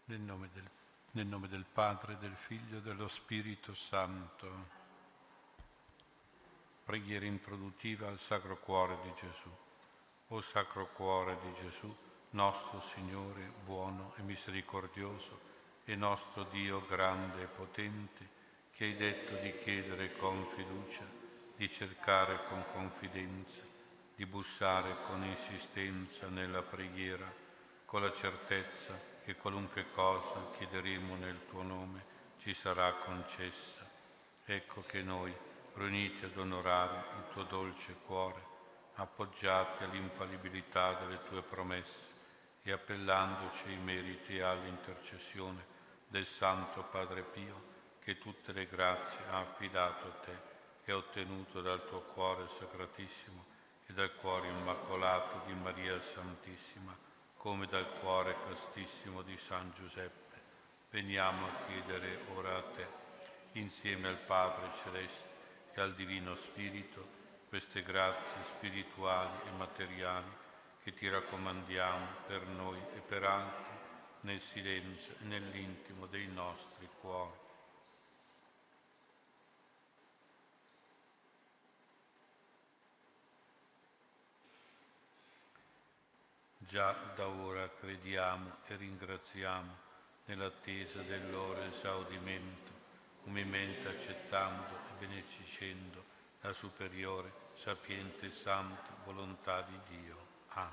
Nel nome del Padre, del Figlio e dello Spirito Santo. Preghiera introduttiva al Sacro Cuore di Gesù. O Sacro Cuore di Gesù, nostro Signore buono e misericordioso, e nostro Dio grande e potente, che hai detto di chiedere con fiducia, di cercare con confidenza, di bussare con insistenza nella preghiera, con la certezza che qualunque cosa chiederemo nel tuo nome ci sarà concessa. Ecco che noi, riuniti ad onorare il tuo dolce cuore, appoggiati all'infallibilità delle tue promesse e appellandoci ai meriti e all'intercessione del Santo Padre Pio, che tutte le grazie ha affidato a te e ha ottenuto dal tuo cuore sacratissimo e dal cuore immacolato di Maria Santissima, come dal cuore castissimo di San Giuseppe, veniamo a chiedere ora a te, insieme al Padre Celeste e al Divino Spirito, queste grazie spirituali e materiali che ti raccomandiamo per noi e per altri, nel silenzio e nell'intimo dei nostri cuori. Già da ora crediamo e ringraziamo nell'attesa del loro esaudimento, umilmente accettando e benedicendo la superiore, sapiente e santa volontà di Dio. Amen.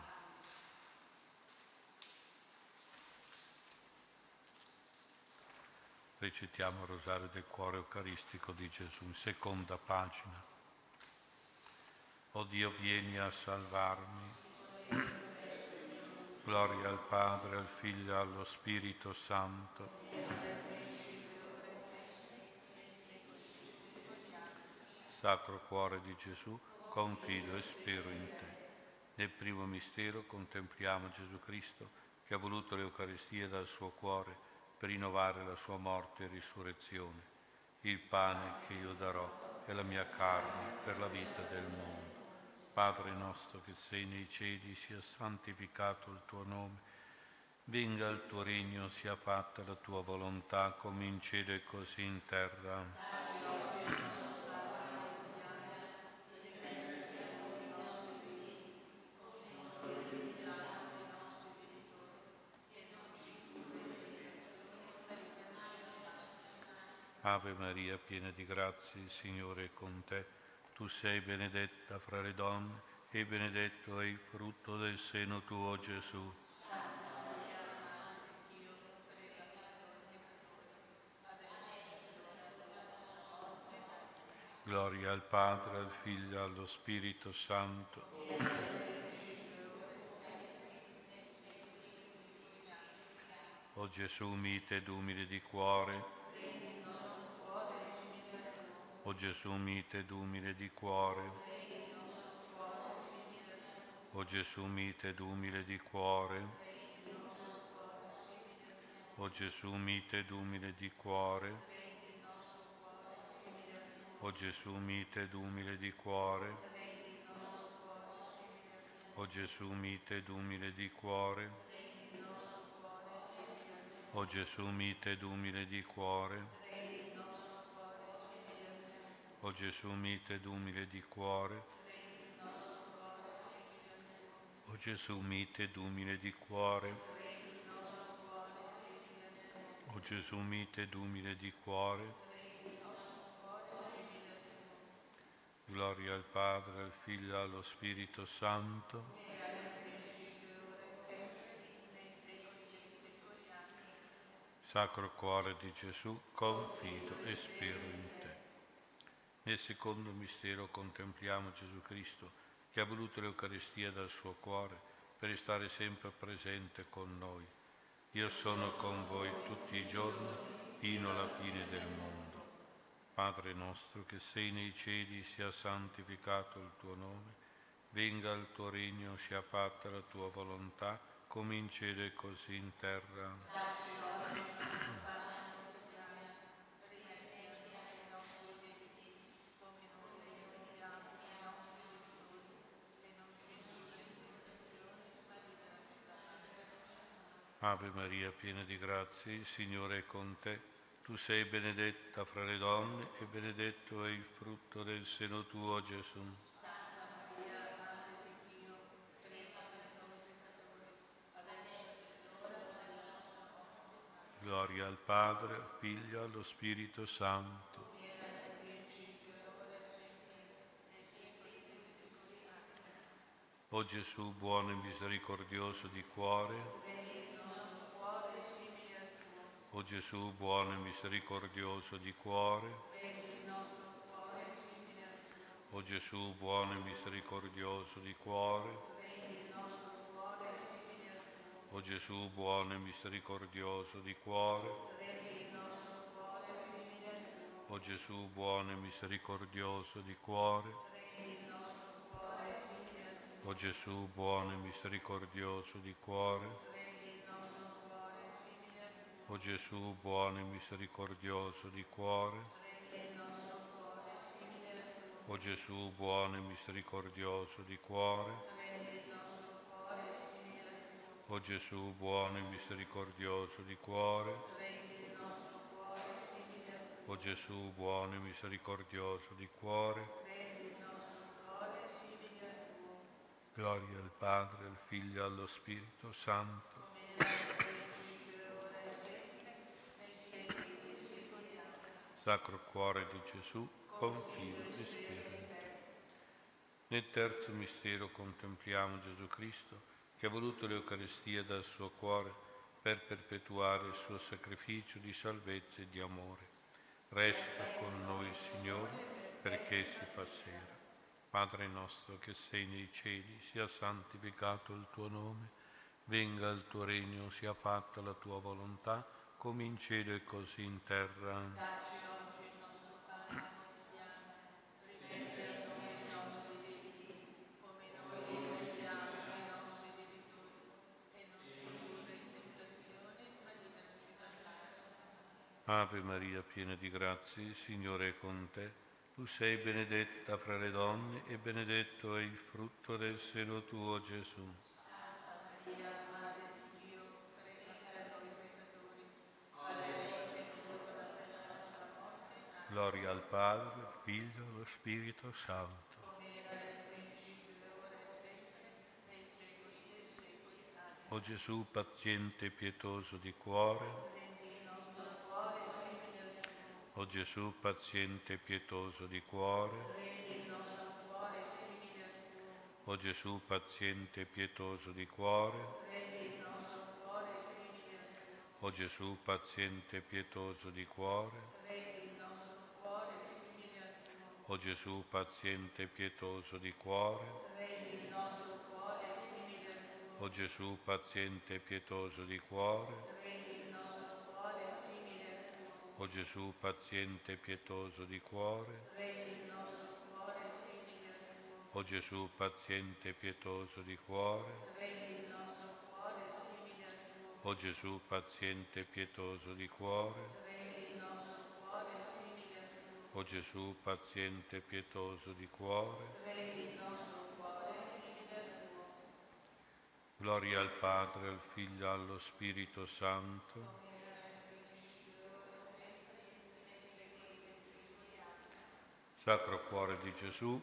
Recitiamo il Rosario del Cuore Eucaristico di Gesù, in seconda pagina. O Dio, vieni a salvarmi. Gloria al Padre, al Figlio e allo Spirito Santo. Sacro Cuore di Gesù, confido e spero in te. Nel primo mistero contempliamo Gesù Cristo che ha voluto l'Eucaristia dal suo cuore per rinnovare la sua morte e risurrezione. Il pane che io darò è la mia carne per la vita del mondo. Padre nostro che sei nei cieli, sia santificato il tuo nome. Venga il tuo regno, sia fatta la tua volontà, come in cielo e così in terra. Ave Maria, piena di grazia, il Signore è con te. Tu sei benedetta fra le donne e benedetto è il frutto del seno tuo, Gesù. Gloria al Padre, al Figlio e allo Spirito Santo. O Gesù mite ed umile di cuore, o Gesù mite ed umile di cuore, o Gesù mite ed umile di cuore, o Gesù mite ed umile di cuore, o Gesù mite ed umile di cuore, o Gesù mite ed umile di cuore, o Gesù mite ed umile di cuore, o Gesù mite ed umile di cuore, o Gesù mite ed umile di cuore, o Gesù mite ed umile di cuore. Gloria al Padre, al Figlio e allo Spirito Santo. Sacro Cuore di Gesù, confido e spero in te. Nel secondo mistero contempliamo Gesù Cristo che ha voluto l'Eucaristia dal suo cuore per restare sempre presente con noi. Io sono con voi tutti i giorni fino alla fine del mondo. Padre nostro che sei nei cieli, sia santificato il tuo nome, venga il tuo regno, sia fatta la tua volontà, come in cielo e così in terra. Ave Maria, piena di grazia, il Signore è con te. Tu sei benedetta fra le donne e benedetto è il frutto del seno tuo, Gesù. Gloria al Padre, al Figlio e allo Spirito Santo. O Gesù buono e misericordioso di cuore, o Gesù buono e misericordioso di cuore, o Gesù buono e misericordioso di cuore, o Gesù buono e misericordioso di cuore, o Gesù buono e misericordioso di cuore, o Gesù buono e misericordioso di cuore, o Gesù buono e misericordioso di cuore, o Gesù buono e misericordioso di cuore, o Gesù buono e misericordioso di cuore, o Gesù buono e misericordioso di cuore. Gloria al Padre, al Figlio e allo Spirito Santo. Sacro Cuore di Gesù, confido e spero in te. Nel terzo mistero contempliamo Gesù Cristo, che ha voluto l'Eucaristia dal suo cuore per perpetuare il suo sacrificio di salvezza e di amore. Resta con noi, Signore, perché si fa sera. Padre nostro che sei nei cieli, sia santificato il tuo nome, venga il tuo regno, sia fatta la tua volontà, come in cielo e così in terra. Ave Maria, piena di grazia, il Signore è con te. Tu sei benedetta fra le donne e benedetto è il frutto del seno tuo, Gesù. Gloria al Padre, al Figlio e allo Spirito Santo. O Gesù paziente e pietoso di cuore, o Gesù paziente e pietoso di cuore, o Gesù paziente e pietoso di cuore, o Gesù paziente e pietoso di cuore, o Gesù paziente e pietoso di cuore, o Gesù paziente e pietoso di cuore, o Gesù paziente e pietoso di cuore, o Gesù paziente e pietoso di cuore, o Gesù paziente e pietoso di cuore, o Gesù paziente e pietoso di cuore. Gloria al Padre, al Figlio e allo Spirito Santo. Sacro Cuore di Gesù.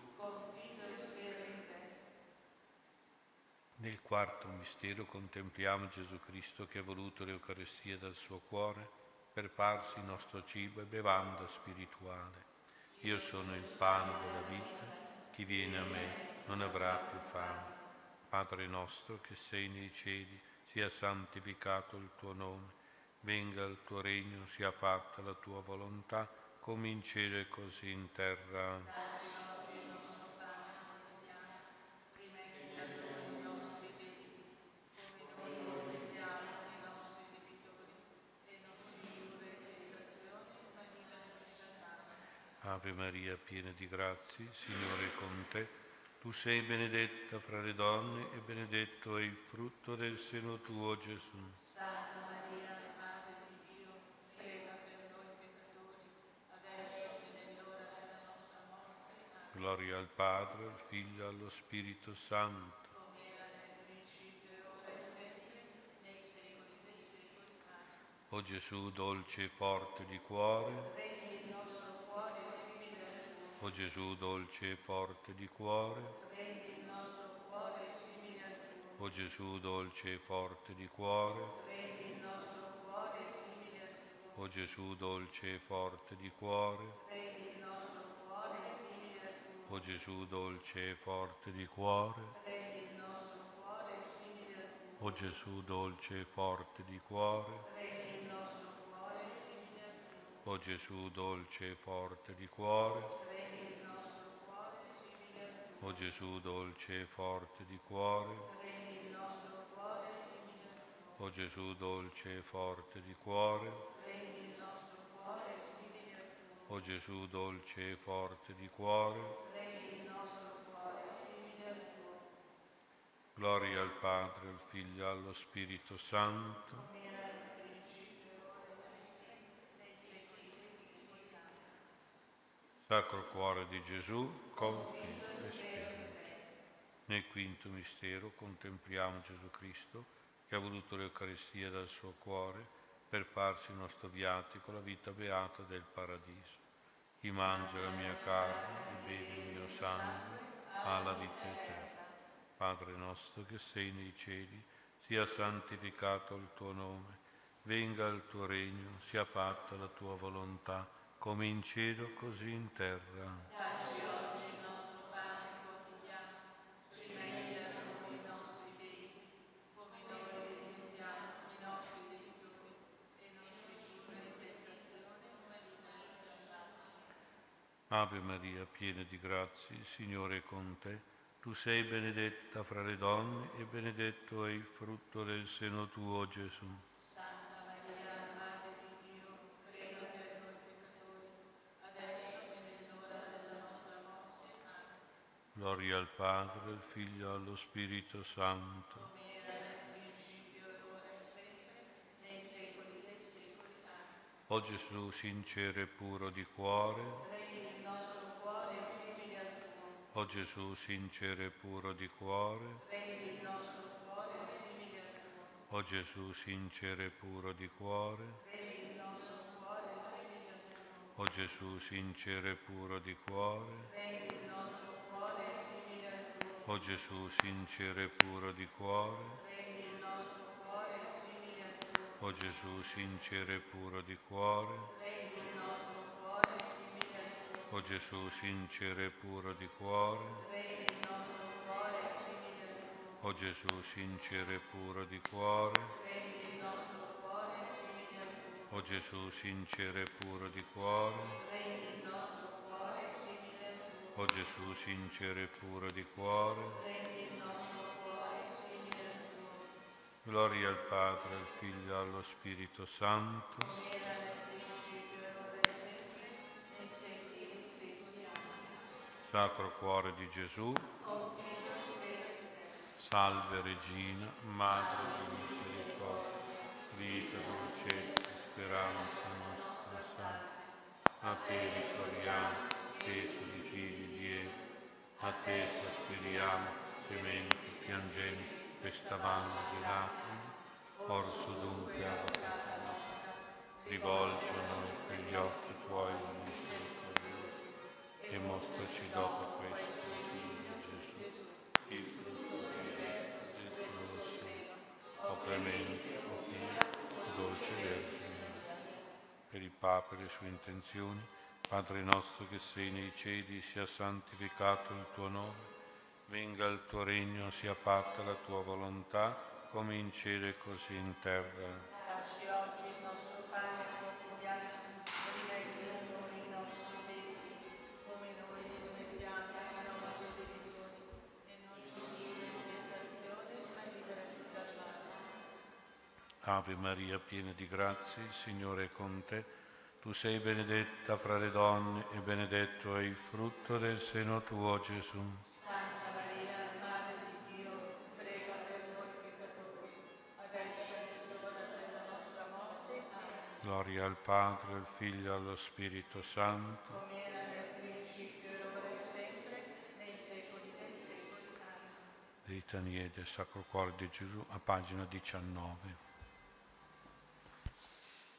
Nel quarto mistero contempliamo Gesù Cristo che ha voluto l'Eucaristia dal suo cuore per farsi nostro cibo e bevanda spirituale. Io sono il pane della vita, chi viene a me non avrà più fame. Padre nostro che sei nei cieli, sia santificato il tuo nome, venga il tuo regno, sia fatta la tua volontà, come in cielo e così in terra. Ave Maria, piena di grazia, il Signore è con te. Tu sei benedetta fra le donne e benedetto è il frutto del seno tuo, Gesù. Santa Maria, Madre di Dio, prega per noi peccatori, adesso e nell'ora della nostra morte. Gloria al Padre, al Figlio e allo Spirito Santo. Come era nel principio, ora e sempre, nei secoli dei O Gesù dolce e forte di cuore, rendi il nostro cuore simile al tuo, o Gesù dolce e forte di cuore, rendi il nostro cuore simile al tuo, o Gesù dolce e forte di cuore, rendi il nostro cuore simile al tuo, o Gesù dolce e forte di cuore, rendi il nostro cuore simile al tuo, o Gesù dolce e forte di cuore, rendi il nostro cuore simile al tuo, o Gesù dolce e forte di cuore, rendi il nostro cuore simile al tuo, o Gesù dolce e forte di cuore, rendi il nostro cuore simile al tuo, o Gesù dolce e forte di cuore, rendi il nostro cuore simile al tuo, o Gesù dolce e forte di cuore, rendi il nostro cuore simile al tuo, o Gesù dolce e forte di cuore. rendi il nostro cuore simile al tuo, Gloria al Padre, al Figlio e allo Spirito Santo. come era nel principio, ora e sempre, nei secoli dei secoli. Amen. Sacro Cuore di Gesù, confido e Spero spero. in te. Nel quinto mistero contempliamo Gesù Cristo che ha voluto l'Eucaristia dal suo cuore per farsi il nostro viatico, la vita beata del paradiso. Chi mangia la mia carne e beve il mio sangue ha la vita eterna. Padre nostro che sei nei cieli, sia santificato il tuo nome, venga il tuo regno, sia fatta la tua volontà, come in cielo così in terra. Dacci oggi il nostro pane quotidiano, rimetti a noi i nostri debiti, come noi rimettiamo i nostri debitori, e non ci indurre in tentazione, ma liberaci dal male. Ave Maria, piena di grazie, il Signore è con te. Tu sei benedetta fra le donne e benedetto è il frutto del seno tuo, Gesù. Santa Maria, Madre di Dio, prega per noi peccatori, adesso e nell'ora della nostra morte. Amen. Gloria al Padre, al Figlio e allo Spirito Santo. Come era nel principio, ora e sempre, nei secoli dei secoli. Amen. O Gesù sincero e puro di cuore, Rendi il nostro cuore simile al tuo, o Gesù sincero e puro di cuore, rendi il nostro cuore simile al tuo, o Gesù sincero e puro di cuore, rendi il nostro cuore simile al tuo, o Gesù sincero e puro di cuore, rendi il nostro cuore simile al tuo, o Gesù sincero e puro di cuore, rendi il nostro cuore simile al tuo, o Gesù sincero e puro di cuore, rendi il nostro cuore simile al tuo, o Gesù sincero e puro di cuore, rendi il nostro cuore simile al tuo, o Gesù sincero e puro di cuore, rendi il nostro cuore simile al tuo, o Gesù sincero e puro di cuore, rendi il nostro cuore simile al tuo, o Gesù sincero e puro di cuore. rendi il nostro cuore simile al tuo, Gloria al Padre, al Figlio e allo Spirito Santo. come era nel principio, ora e sempre, nei secoli dei secoli. Amen. Sacro Cuore di Gesù, Confido e spero in te. salve Regina, Madre di misericordia, vita, dolcezza, speranza nostra salve. A te ricorriamo, Gesù di figli di Eva, a te sospiriamo, gementi, piangenti, questa vanna di lacrime, orso dunque avvocata nostra, rivolgi a noi quegli occhi tuoi misericordiosi e mostraci dopo questo il Figlio Gesù, il frutto del tuo seno, o clemente, o pia, o dolce Vergine. Per il Papa e le sue intenzioni, Padre nostro che sei nei cieli, sia santificato il tuo nome, venga il tuo regno, sia fatta la tua volontà, come in cielo e così in terra. Dacci oggi il nostro pane quotidiano, rimetti a noi i nostri debiti, come noi li rimettiamo ai nostri debitori, e non ci indurre in tentazione, ma liberaci dal male. Ave Maria, piena di grazia, il Signore è con te. Tu sei benedetta fra le donne e benedetto è il frutto del seno tuo, Gesù. Santa Maria, Madre di Dio, prega per noi peccatori, adesso e nell'ora della nostra morte. Amen. Gloria al Padre, al Figlio e allo Spirito Santo. Come era nel principio, ora e sempre, nei secoli dei secoli. Amen. Litanie del Sacro Cuore di Gesù, a pagina 19.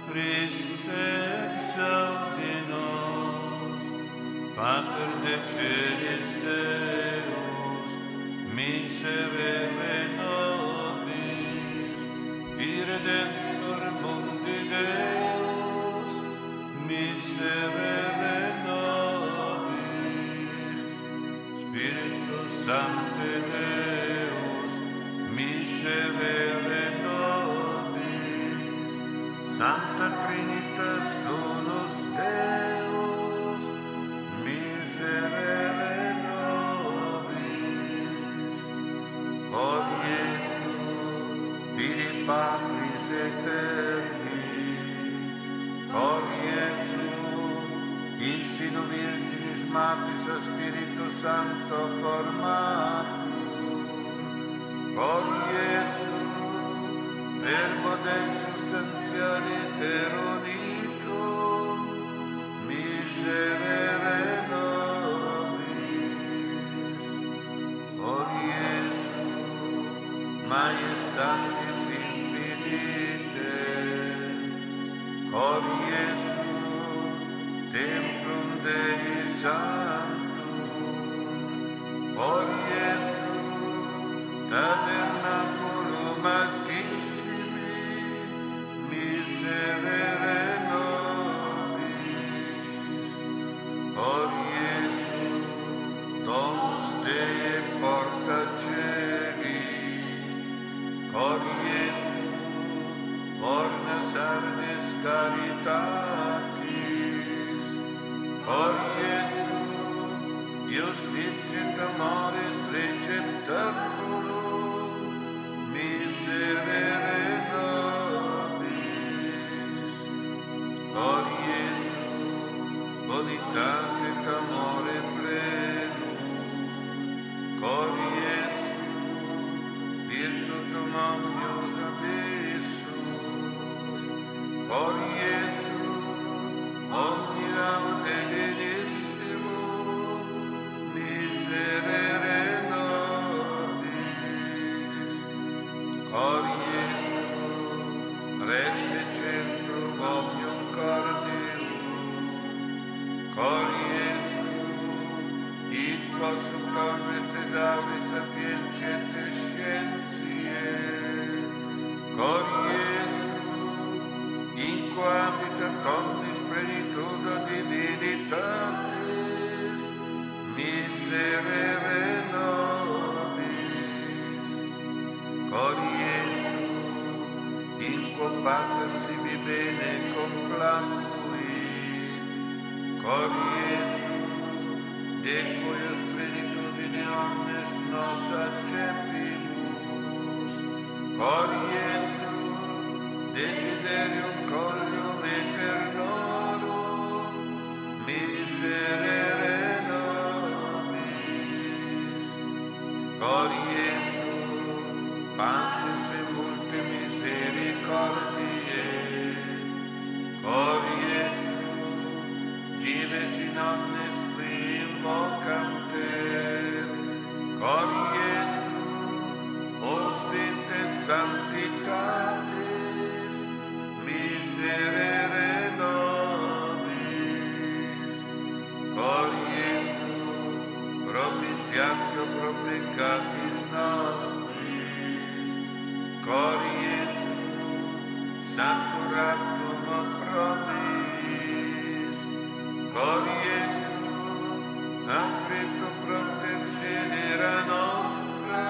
Christe exaudi nos, Pater Deceris Deus, miserere nobis, Redemptor mundi Deus, miserere nobis, Spiritus Sancte Deus, miserere nobis, Sancta Trinitas Unus Deus, miserere nobis, Por Iesu, Filii Patris Eterni, Por Iesu, in sinu Virginis Matis Spiritus Sancto formatum, Por Iesu, Verbo Dei substantialiter unitum, miserere nobis, Por Iesu, Majestatis infinite, Por Iesu, Templum Dei Sanctum, Por Iesu, Tabernaculum Altissimi, miserere nobis, Por Iesu, Domus Dei Porta Celi, Por Iesu, Orna Sardis Caritatis, Por Iesu, Justitiae Amoris Receptaculum, miserere nobis, Por Iesu, Bonitate Amore Plenum, Por Iesu, Virtutum omnius abissus, Por Iesu, omnia utilissimo, miserere nobis, Por Iesu, Rex centrum omnium cordium, Por Iesu, Ico supporres et auris sapientiae et scientiae, Por Iesu, Inquo habitat omnis plenitudo divinitatis, miserere nobis, Por Iesu, Inquo Pater sibi bene complacuit, Por Iesu, de cuius plenitudine omnes nos accepimus, Por Iesu, desiderium collium aeternorum, miserere nobis, Por Iesu, paces e multe misericordiae, Por Iesu, dives in omnes qui invocanter, Por Iesu, ostentes sanctitatis, miserere nobis, Por Iesu, propitiatio pro peccatis nostris, Por Iesu, sancturatum promis, Por Iesu, sancretum propter genera nostra,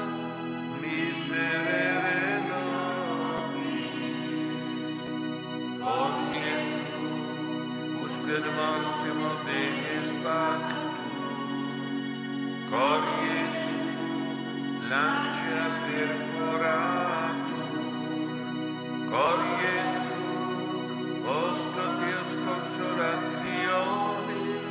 miserere nobis, Por Iesu, usque de mortem obedies pactum, Por Iesu, lancia perforatum, Por Iesu, posto Deus consolationis,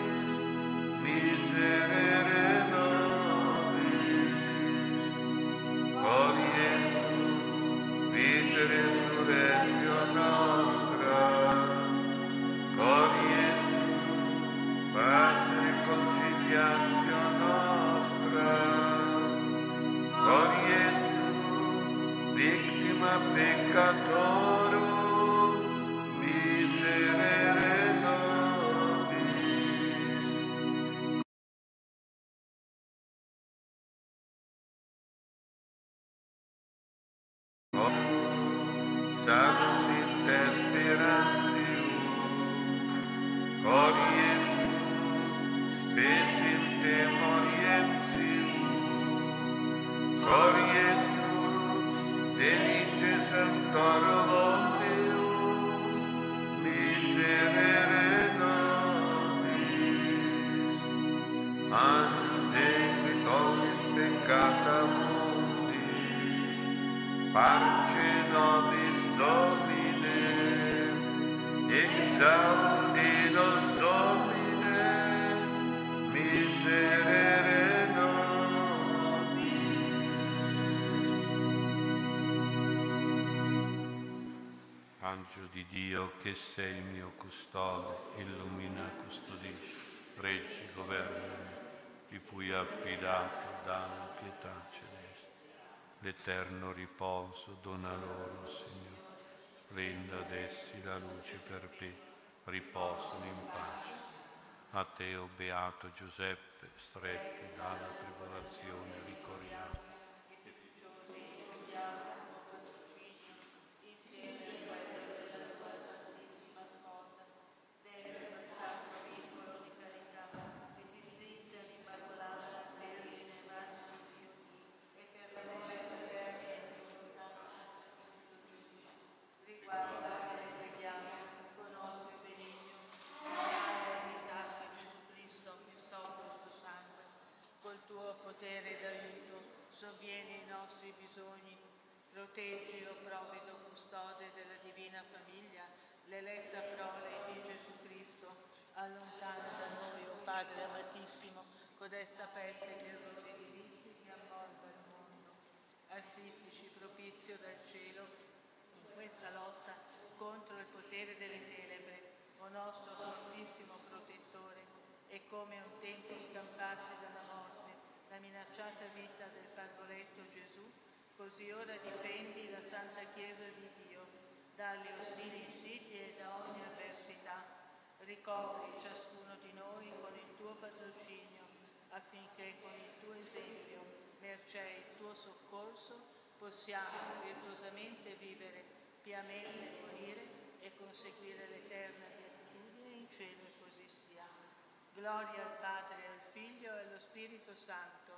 miserere nobis, Por Iesu, vita resurrectio nostra, Por Iesu, pace reconciliatio nostra, Por Iesu, victima peccatorum, Gaudidos Domine, miserere nobis. Angelo di Dio, che sei il mio custode, illumina e custodisci, reggi, governami, di cui affidato dalla pietà celeste. L'eterno riposo dona loro, Signore. Renda ad essi la luce perpetua, riposano in pace. A te, o beato Giuseppe, stretti dalla tribolazione, ricorriamo. Col tuo potere d'aiuto, sovvieni ai nostri bisogni, proteggi, o provvido custode della divina famiglia, l'eletta prole di Gesù Cristo, allontana da noi, o Padre amatissimo, codesta peste che errori di vizi che ammorba il mondo. Assistici propizio dal cielo in questa lotta contro il potere delle tenebre, o nostro fortissimo protettore, e come un tempo scampasti dalla morte la minacciata vita del pargoletto Gesù, così ora difendi la Santa Chiesa di Dio dalle ostili insidie e da ogni avversità. Ricopri ciascuno di noi con il tuo patrocinio, affinché con il tuo esempio, mercé il tuo soccorso, possiamo virtuosamente vivere, piamente morire e conseguire l'eterna beatitudine in cielo, e così sia. Gloria al Padre, al Figlio e allo Spirito Santo.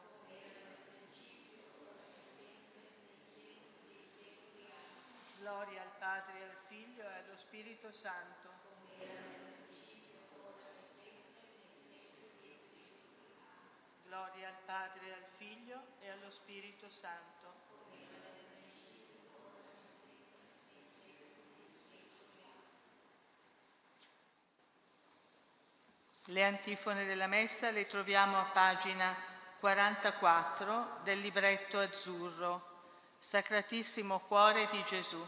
Gloria al Padre, al Figlio e allo Spirito Santo. Gloria al Padre, al Figlio e allo Spirito Santo. Le antifone della Messa le troviamo a pagina 44 del libretto azzurro. Sacratissimo Cuore di Gesù.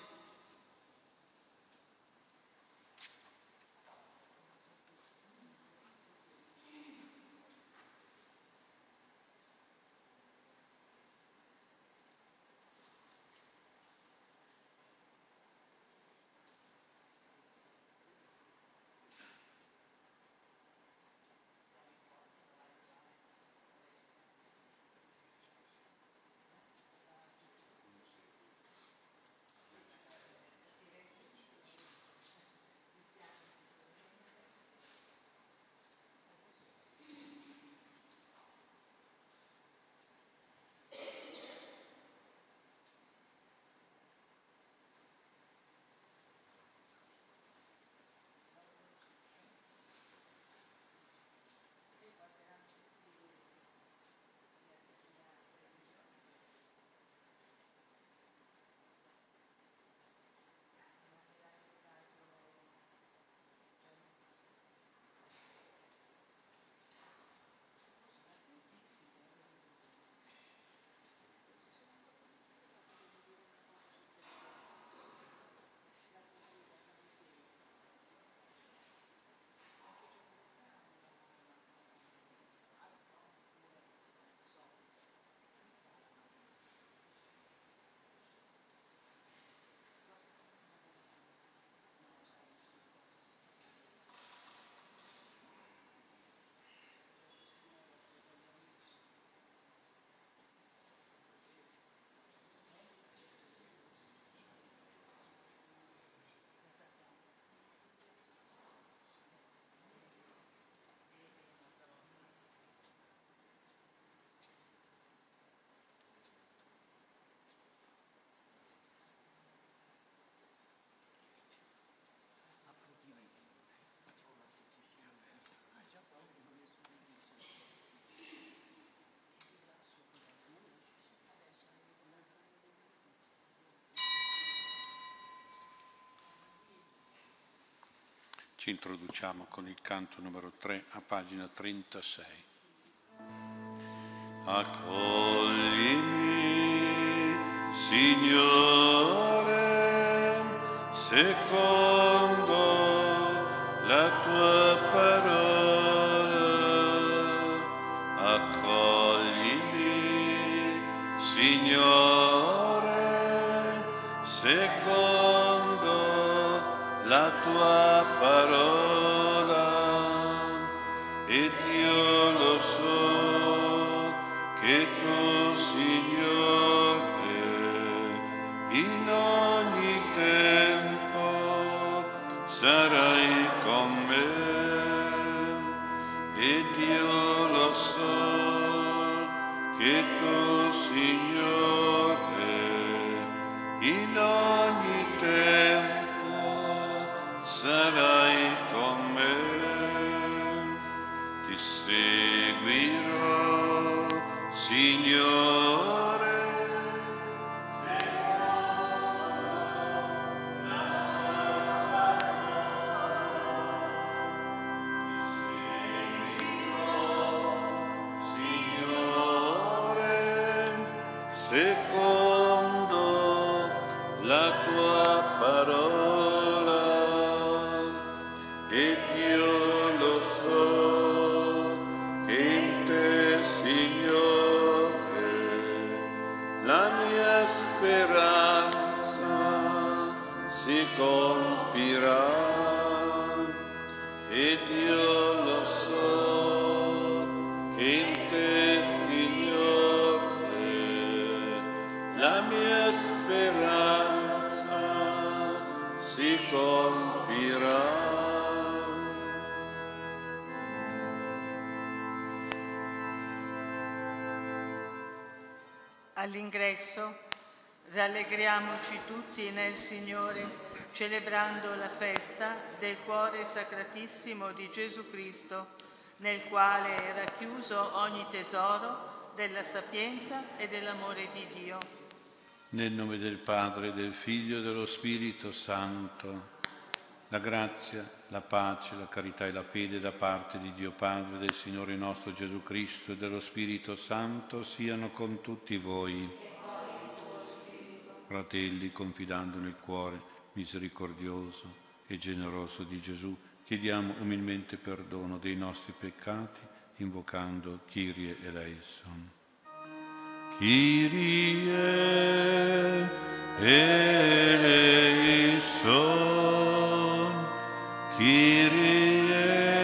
Ci introduciamo con il canto numero 3 a pagina 36. Accoglimi, Signore, secondo la tua parola. Accoglimi, Signore, secondo la tua parola, ed io lo so che tu, Signore, in ogni tempo sarai con me, ed io lo so che tu, Signore, in ogni tempo sarai con me. Ti seguirò, Signore, secondo la tua parola, ed io lo so che in te, Signore, la mia speranza si compirà, ed io lo so che in te, Signore, la mia speranza si compirà. All'ingresso rallegriamoci tutti nel Signore, celebrando la festa del cuore sacratissimo di Gesù Cristo, nel quale è racchiuso ogni tesoro della sapienza e dell'amore di Dio. Nel nome del Padre, del Figlio e dello Spirito Santo, la grazia, la pace, la carità e la fede da parte di Dio Padre, del Signore nostro Gesù Cristo e dello Spirito Santo siano con tutti voi. Fratelli, confidando nel cuore misericordioso e generoso di Gesù, chiediamo umilmente perdono dei nostri peccati, invocando Kyrie eleison. Kyrie eleison, Kyrie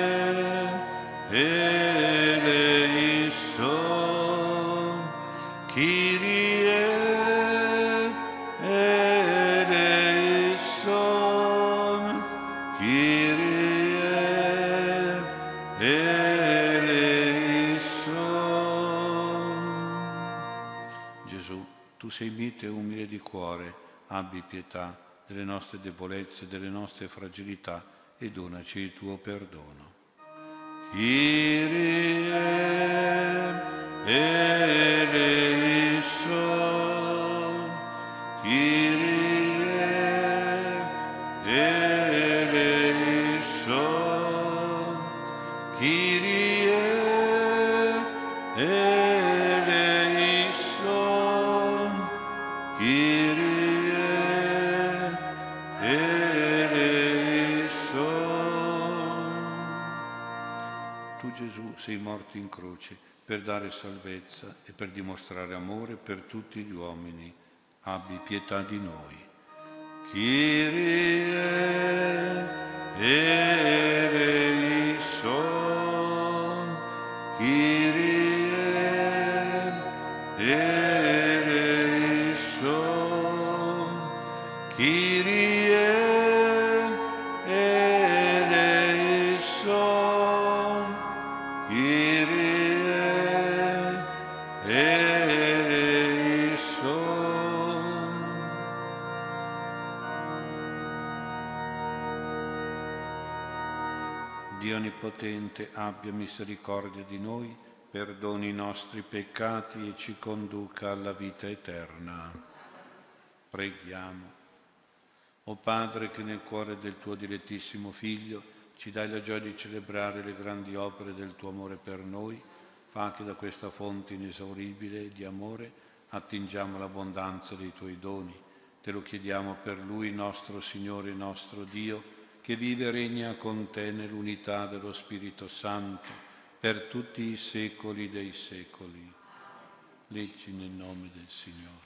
eleison, Kyrie eleison, Kyrie eleison. Gesù, tu sei mite e umile di cuore, abbi pietà delle nostre debolezze, delle nostre fragilità e donaci il tuo perdono. Kyrie eleison, Kyrie eleison, Kyrie eleison, Kyrie eleison. Tu, Gesù, sei morto in croce per dare salvezza e per dimostrare amore per tutti gli uomini. Abbi pietà di noi. Kyrie eleison, Kyrie eleison, Kyrie eleison, Kyrie eleison. Dio Onnipotente abbia misericordia di noi, perdoni i nostri peccati e ci conduca alla vita eterna. Preghiamo. O Padre, che nel cuore del tuo dilettissimo Figlio ci dai la gioia di celebrare le grandi opere del tuo amore per noi, fa che da questa fonte inesauribile di amore attingiamo l'abbondanza dei tuoi doni. Te lo chiediamo per Lui, nostro Signore e nostro Dio, che vive e regna con te nell'unità dello Spirito Santo, per tutti i secoli dei secoli. Leggi nel nome del Signore.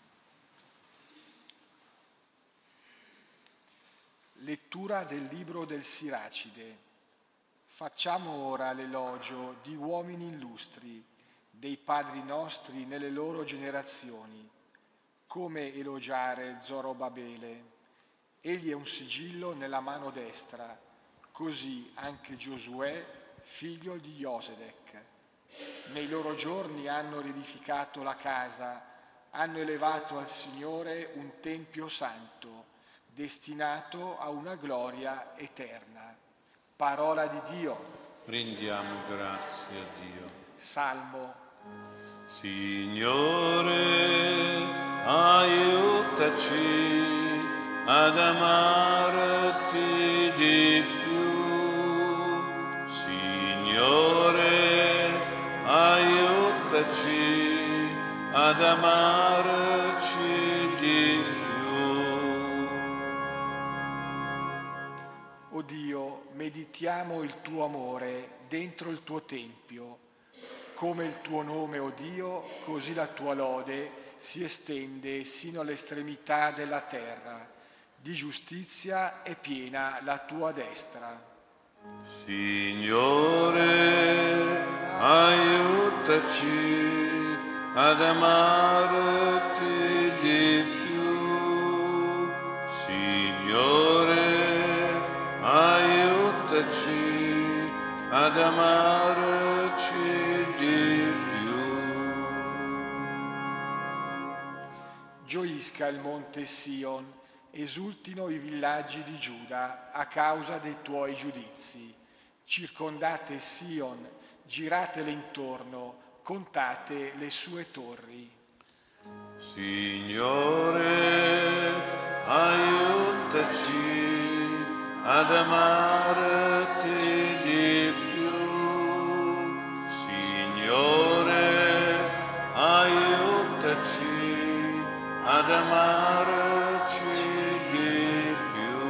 Lettura del libro del Siracide. Facciamo ora l'elogio di uomini illustri, dei padri nostri nelle loro generazioni. Come elogiare Zorobabele? Egli è un sigillo nella mano destra, così anche Giosuè, figlio di Josedec. Nei loro giorni hanno riedificato la casa, hanno elevato al Signore un tempio santo, destinato a una gloria eterna. Parola di Dio. Rendiamo grazie a Dio. Salmo. Signore, aiutaci ad amarti di più. Signore, aiutaci ad amarci di più. O Dio, meditiamo il tuo amore dentro il tuo tempio. Come il tuo nome, o Dio, così la tua lode si estende sino all'estremità della terra. Di giustizia è piena la tua destra. Signore, aiutaci ad amarti di più. Signore, aiutaci ad amarci di più. Gioisca il monte Sion, esultino i villaggi di Giuda a causa dei tuoi giudizi. Circondate Sion, giratele intorno, contate le sue torri. Signore, aiutaci ad amarti di più. Signore, aiutaci ad amarci di più.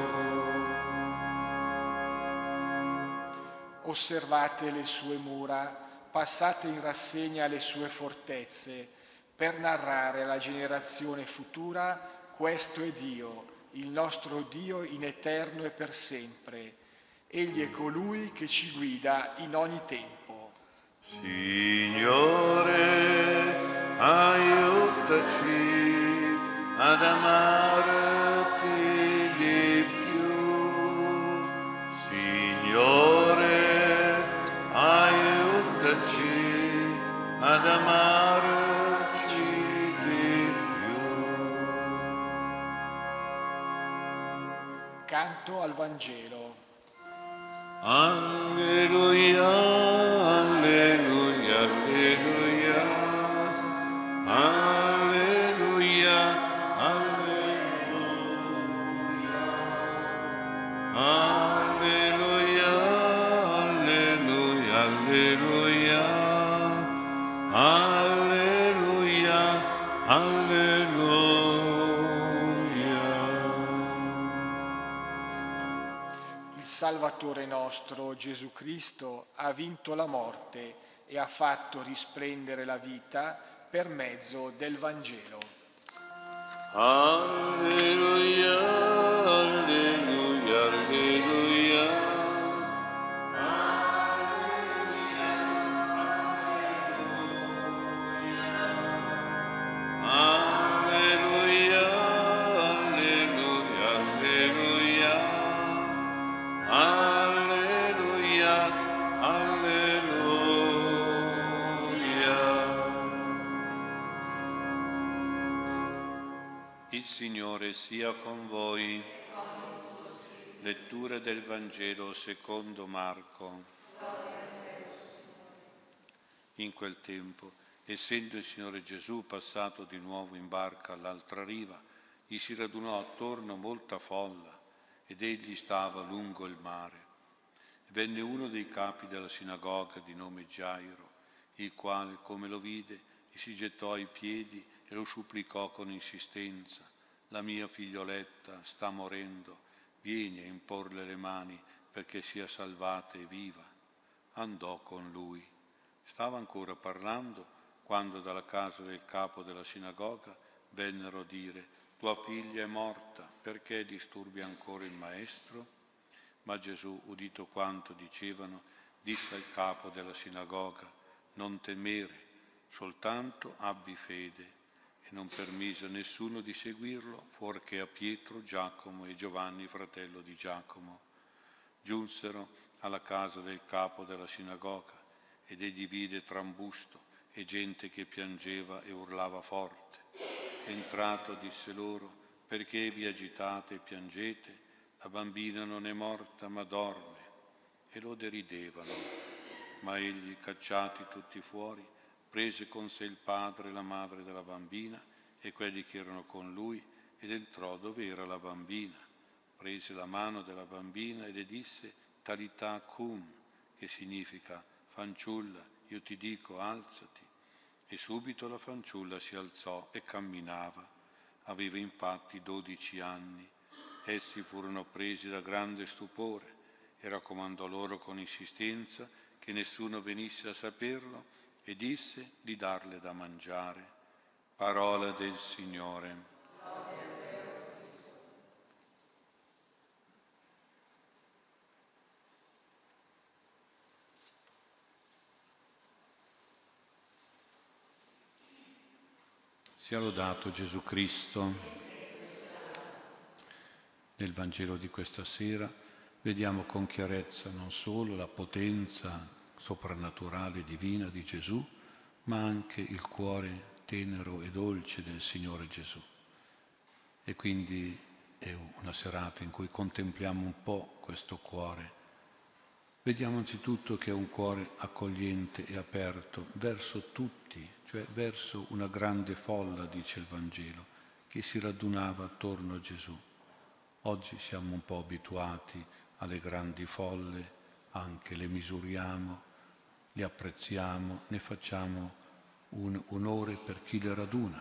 Osservate le sue mura, passate in rassegna le sue fortezze, per narrare alla generazione futura: questo è Dio, il nostro Dio in eterno e per sempre. Egli è colui che ci guida in ogni tempo. Signore, aiutaci ad amarti di più. Signore, aiutaci ad amarci di più. Canto al Vangelo. Alleluia, alleluia, alleluia, alleluia, alleluia, alleluia, alleluia, alleluia, alleluia, alleluia. Il Salvatore nostro, Gesù Cristo, ha vinto la morte e ha fatto risplendere la vita per mezzo del Vangelo. Alleluia, alleluia, alleluia. Alleluia, alleluia, alleluia. Alleluia, alleluia. Il Signore sia con voi. Lettura del Vangelo secondo Marco. In quel tempo, essendo il Signore Gesù passato di nuovo in barca all'altra riva, gli si radunò attorno molta folla ed egli stava lungo il mare. Venne uno dei capi della sinagoga di nome Gairo, il quale, come lo vide, gli si gettò ai piedi e lo supplicò con insistenza: la mia figlioletta sta morendo, vieni a imporle le mani perché sia salvata e viva. Andò con lui. Stava ancora parlando quando dalla casa del capo della sinagoga vennero a dire: tua figlia è morta, perché disturbi ancora il maestro? Ma Gesù, udito quanto dicevano, disse al capo della sinagoga: non temere, soltanto abbi fede. E non permise a nessuno di seguirlo, fuorché a Pietro, Giacomo e Giovanni, fratello di Giacomo. Giunsero alla casa del capo della sinagoga ed egli vide trambusto e gente che piangeva e urlava forte. Entrato disse loro: perché vi agitate e piangete? La bambina non è morta ma dorme. E lo deridevano. Ma egli, cacciati tutti fuori, prese con sé il padre e la madre della bambina e quelli che erano con lui ed entrò dove era la bambina. Prese la mano della bambina e le disse: Talità cum, che significa: fanciulla, io ti dico, alzati. E subito la fanciulla si alzò e camminava. Aveva infatti 12 anni. Essi furono presi da grande stupore e raccomandò loro con insistenza che nessuno venisse a saperlo e disse di darle da mangiare. Parola del Signore. Sia lodato Gesù Cristo. Nel Vangelo di questa sera vediamo con chiarezza non solo la potenza soprannaturale e divina di Gesù, ma anche il cuore tenero e dolce del Signore Gesù. E quindi è una serata in cui contempliamo un po' questo cuore. Vediamo anzitutto che è un cuore accogliente e aperto verso tutti, cioè verso una grande folla, dice il Vangelo, che si radunava attorno a Gesù. Oggi siamo un po' abituati alle grandi folle, anche le misuriamo, le apprezziamo, ne facciamo un onore per chi le raduna.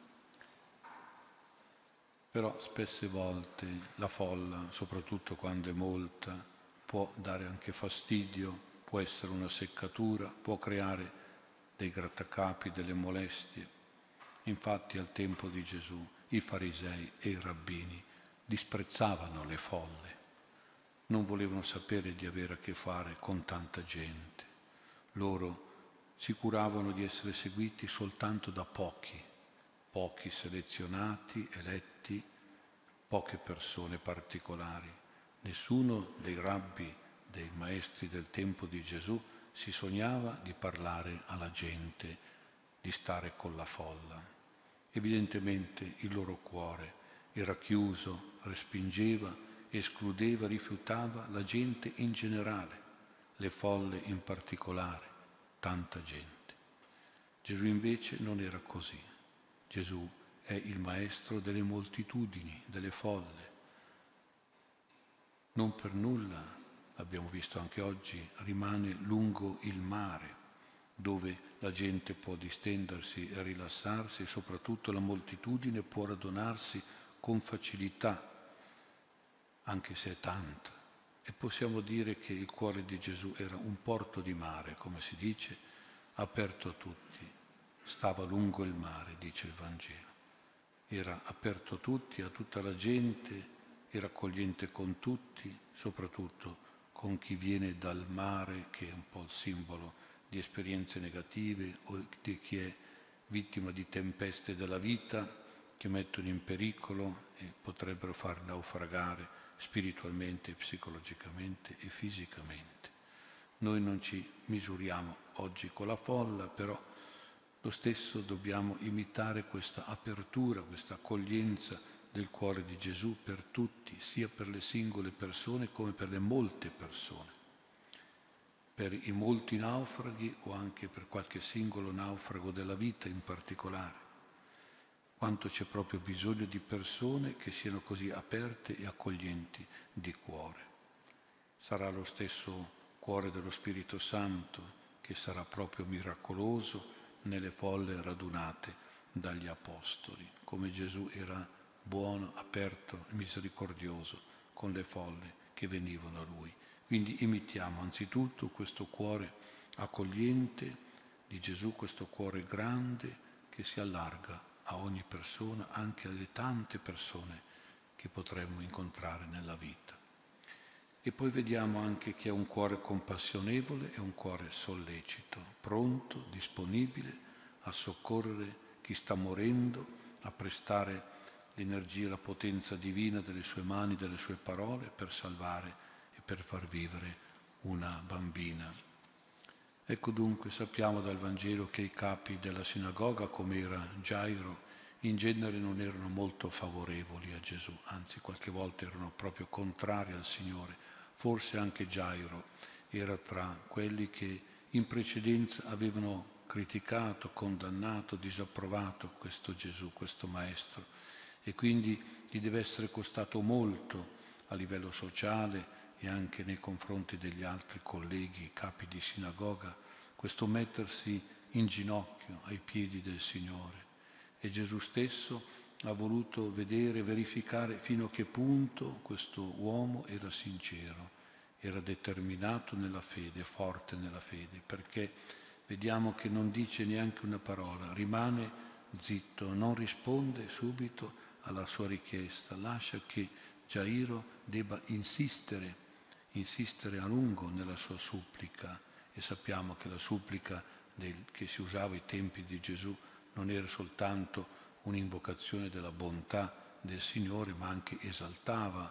Però spesse volte la folla, soprattutto quando è molta, può dare anche fastidio, può essere una seccatura, può creare dei grattacapi, delle molestie. Infatti al tempo di Gesù i farisei e i rabbini disprezzavano le folle, non volevano sapere di avere a che fare con tanta gente. Loro si curavano di essere seguiti soltanto da pochi selezionati, eletti, poche persone particolari. Nessuno dei rabbi, dei maestri del tempo di Gesù, si sognava di parlare alla gente, di stare con la folla. Evidentemente il loro cuore era chiuso, respingeva, escludeva, rifiutava la gente in generale, le folle in particolare, tanta gente. Gesù invece non era così. Gesù è il maestro delle moltitudini, delle folle. Non per nulla, abbiamo visto anche oggi, rimane lungo il mare, dove la gente può distendersi e rilassarsi e soprattutto la moltitudine può radunarsi con facilità, anche se è tanta. E possiamo dire che il cuore di Gesù era un porto di mare, come si dice, aperto a tutti. Stava lungo il mare, dice il Vangelo. Era aperto a tutti, a tutta la gente, era accogliente con tutti, soprattutto con chi viene dal mare, che è un po' il simbolo di esperienze negative o di chi è vittima di tempeste della vita che mettono in pericolo e potrebbero far naufragare spiritualmente, psicologicamente e fisicamente. Noi non ci misuriamo oggi con la folla, però lo stesso dobbiamo imitare questa apertura, questa accoglienza del cuore di Gesù per tutti, sia per le singole persone come per le molte persone, per i molti naufraghi o anche per qualche singolo naufrago della vita in particolare. Quanto c'è proprio bisogno di persone che siano così aperte e accoglienti di cuore. Sarà lo stesso cuore dello Spirito Santo, che sarà proprio miracoloso nelle folle radunate dagli Apostoli, come Gesù era buono, aperto, misericordioso con le folle che venivano a Lui. Quindi imitiamo anzitutto questo cuore accogliente di Gesù, questo cuore grande che si allarga a ogni persona, anche alle tante persone che potremmo incontrare nella vita. E poi vediamo anche che è un cuore compassionevole e un cuore sollecito, pronto, disponibile a soccorrere chi sta morendo, a prestare l'energia e la potenza divina delle sue mani, delle sue parole per salvare e per far vivere una bambina. Ecco dunque, sappiamo dal Vangelo che i capi della sinagoga, come era Gairo, in genere non erano molto favorevoli a Gesù, anzi qualche volta erano proprio contrari al Signore. Forse anche Gairo era tra quelli che in precedenza avevano criticato, condannato, disapprovato questo Gesù, questo Maestro, e quindi gli deve essere costato molto a livello sociale e anche nei confronti degli altri colleghi, capi di sinagoga, questo mettersi in ginocchio ai piedi del Signore. E Gesù stesso ha voluto vedere, verificare fino a che punto questo uomo era sincero, era determinato nella fede, forte nella fede, perché vediamo che non dice neanche una parola, rimane zitto, non risponde subito alla sua richiesta, lascia che Gairo debba insistere a lungo nella sua supplica, e sappiamo che la supplica che si usava ai tempi di Gesù non era soltanto un'invocazione della bontà del Signore, ma anche esaltava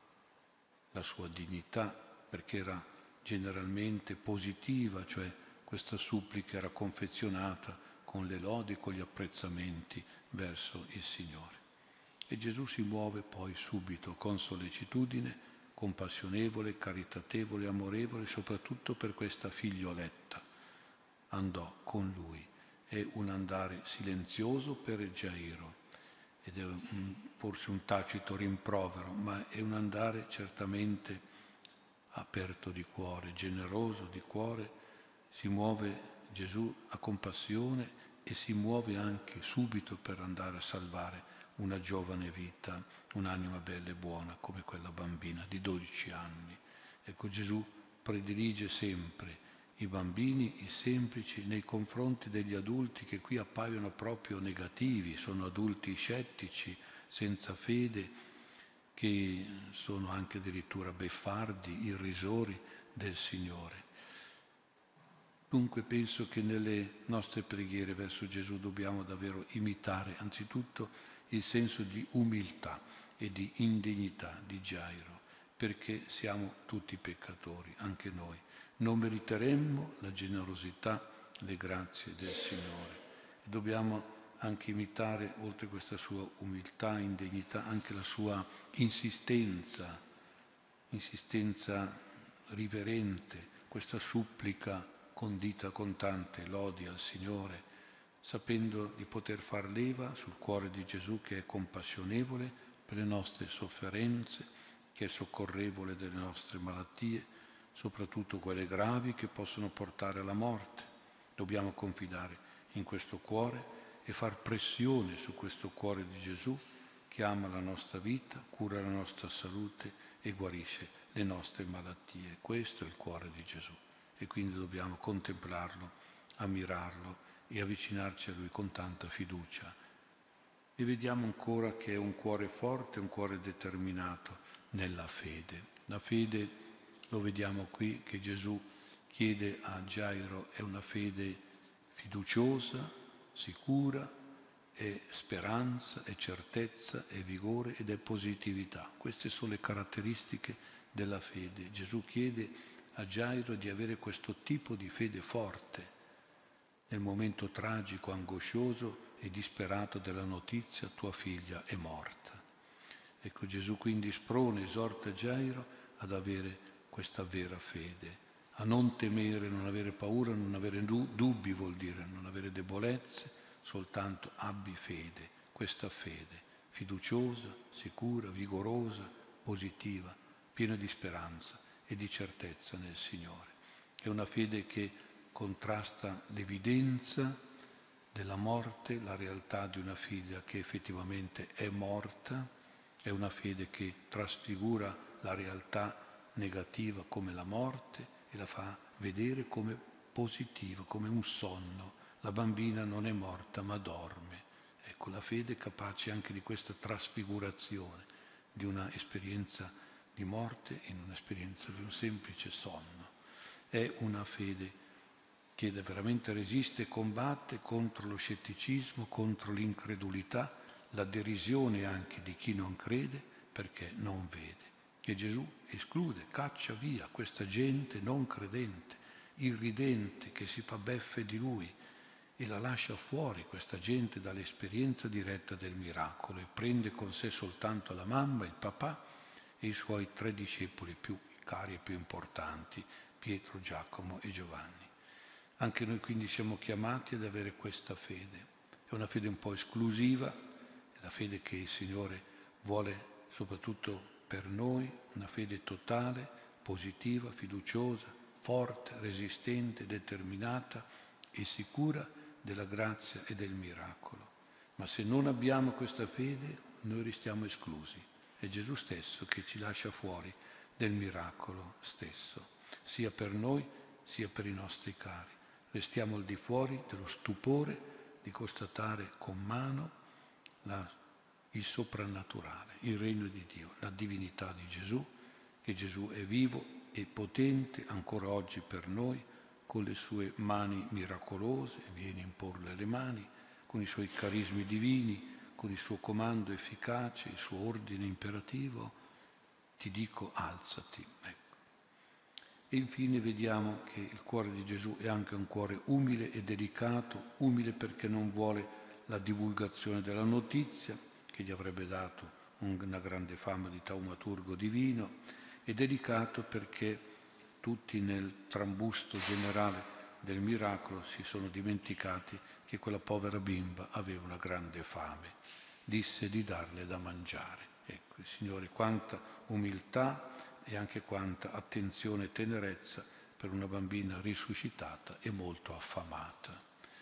la sua dignità, perché era generalmente positiva, cioè questa supplica era confezionata con le lodi, con gli apprezzamenti verso il Signore. E Gesù si muove poi subito con sollecitudine, compassionevole, caritatevole, amorevole, soprattutto per questa figlioletta. Andò con lui. È un andare silenzioso per Gairo, ed è forse un tacito rimprovero, ma è un andare certamente aperto di cuore, generoso di cuore. Si muove Gesù a compassione e si muove anche subito per andare a salvare una giovane vita, un'anima bella e buona come quella bambina di 12 anni. Ecco, Gesù predilige sempre i bambini, i semplici, nei confronti degli adulti che qui appaiono proprio negativi, sono adulti scettici, senza fede, che sono anche addirittura beffardi, irrisori del Signore. Dunque penso che nelle nostre preghiere verso Gesù dobbiamo davvero imitare anzitutto il senso di umiltà e di indegnità di Gairo, perché siamo tutti peccatori, anche noi. Non meriteremmo la generosità, le grazie del Signore. E dobbiamo anche imitare, oltre a questa sua umiltà, indegnità, anche la sua insistenza riverente, questa supplica condita con tante lodi al Signore, sapendo di poter far leva sul cuore di Gesù, che è compassionevole per le nostre sofferenze, che è soccorrevole delle nostre malattie, soprattutto quelle gravi che possono portare alla morte. Dobbiamo confidare in questo cuore e far pressione su questo cuore di Gesù, che ama la nostra vita, cura la nostra salute e guarisce le nostre malattie. Questo è il cuore di Gesù, e quindi dobbiamo contemplarlo, ammirarlo e avvicinarci a Lui con tanta fiducia. E vediamo ancora che è un cuore forte, un cuore determinato nella fede. La fede, lo vediamo qui, che Gesù chiede a Gairo, è una fede fiduciosa, sicura, è speranza, è certezza, è vigore ed è positività. Queste sono le caratteristiche della fede. Gesù chiede a Gairo di avere questo tipo di fede forte nel momento tragico, angoscioso e disperato della notizia: tua figlia è morta. Ecco, Gesù quindi sprona, esorta Gairo ad avere questa vera fede, a non temere, non avere paura, non avere dubbi, vuol dire non avere debolezze, soltanto abbi fede, questa fede fiduciosa, sicura, vigorosa, positiva, piena di speranza e di certezza nel Signore. È una fede che contrasta l'evidenza della morte, la realtà di una figlia che effettivamente è morta, è una fede che trasfigura la realtà negativa come la morte e la fa vedere come positiva, come un sonno. La bambina non è morta ma dorme. Ecco, la fede è capace anche di questa trasfigurazione, di una esperienza di morte in un'esperienza di un semplice sonno. È una fede che veramente resiste e combatte contro lo scetticismo, contro l'incredulità, la derisione anche di chi non crede perché non vede. E Gesù esclude, caccia via questa gente non credente, irridente, che si fa beffe di Lui, e la lascia fuori questa gente dall'esperienza diretta del miracolo e prende con sé soltanto la mamma, il papà e i suoi 3 discepoli più cari e più importanti, Pietro, Giacomo e Giovanni. Anche noi quindi siamo chiamati ad avere questa fede. È una fede un po' esclusiva, è la fede che il Signore vuole soprattutto per noi, una fede totale, positiva, fiduciosa, forte, resistente, determinata e sicura della grazia e del miracolo. Ma se non abbiamo questa fede, noi restiamo esclusi. È Gesù stesso che ci lascia fuori del miracolo stesso, sia per noi sia per i nostri cari. Restiamo al di fuori dello stupore di constatare con mano il soprannaturale, il regno di Dio, la divinità di Gesù, che Gesù è vivo e potente ancora oggi per noi, con le sue mani miracolose, viene a imporle le mani, con i suoi carismi divini, con il suo comando efficace, il suo ordine imperativo, ti dico alzati. Ecco. E infine vediamo che il cuore di Gesù è anche un cuore umile e delicato, umile perché non vuole la divulgazione della notizia, che gli avrebbe dato una grande fama di taumaturgo divino, e delicato perché tutti nel trambusto generale del miracolo si sono dimenticati che quella povera bimba aveva una grande fame. Disse di darle da mangiare. Ecco, il Signore, quanta umiltà e anche quanta attenzione e tenerezza per una bambina risuscitata e molto affamata.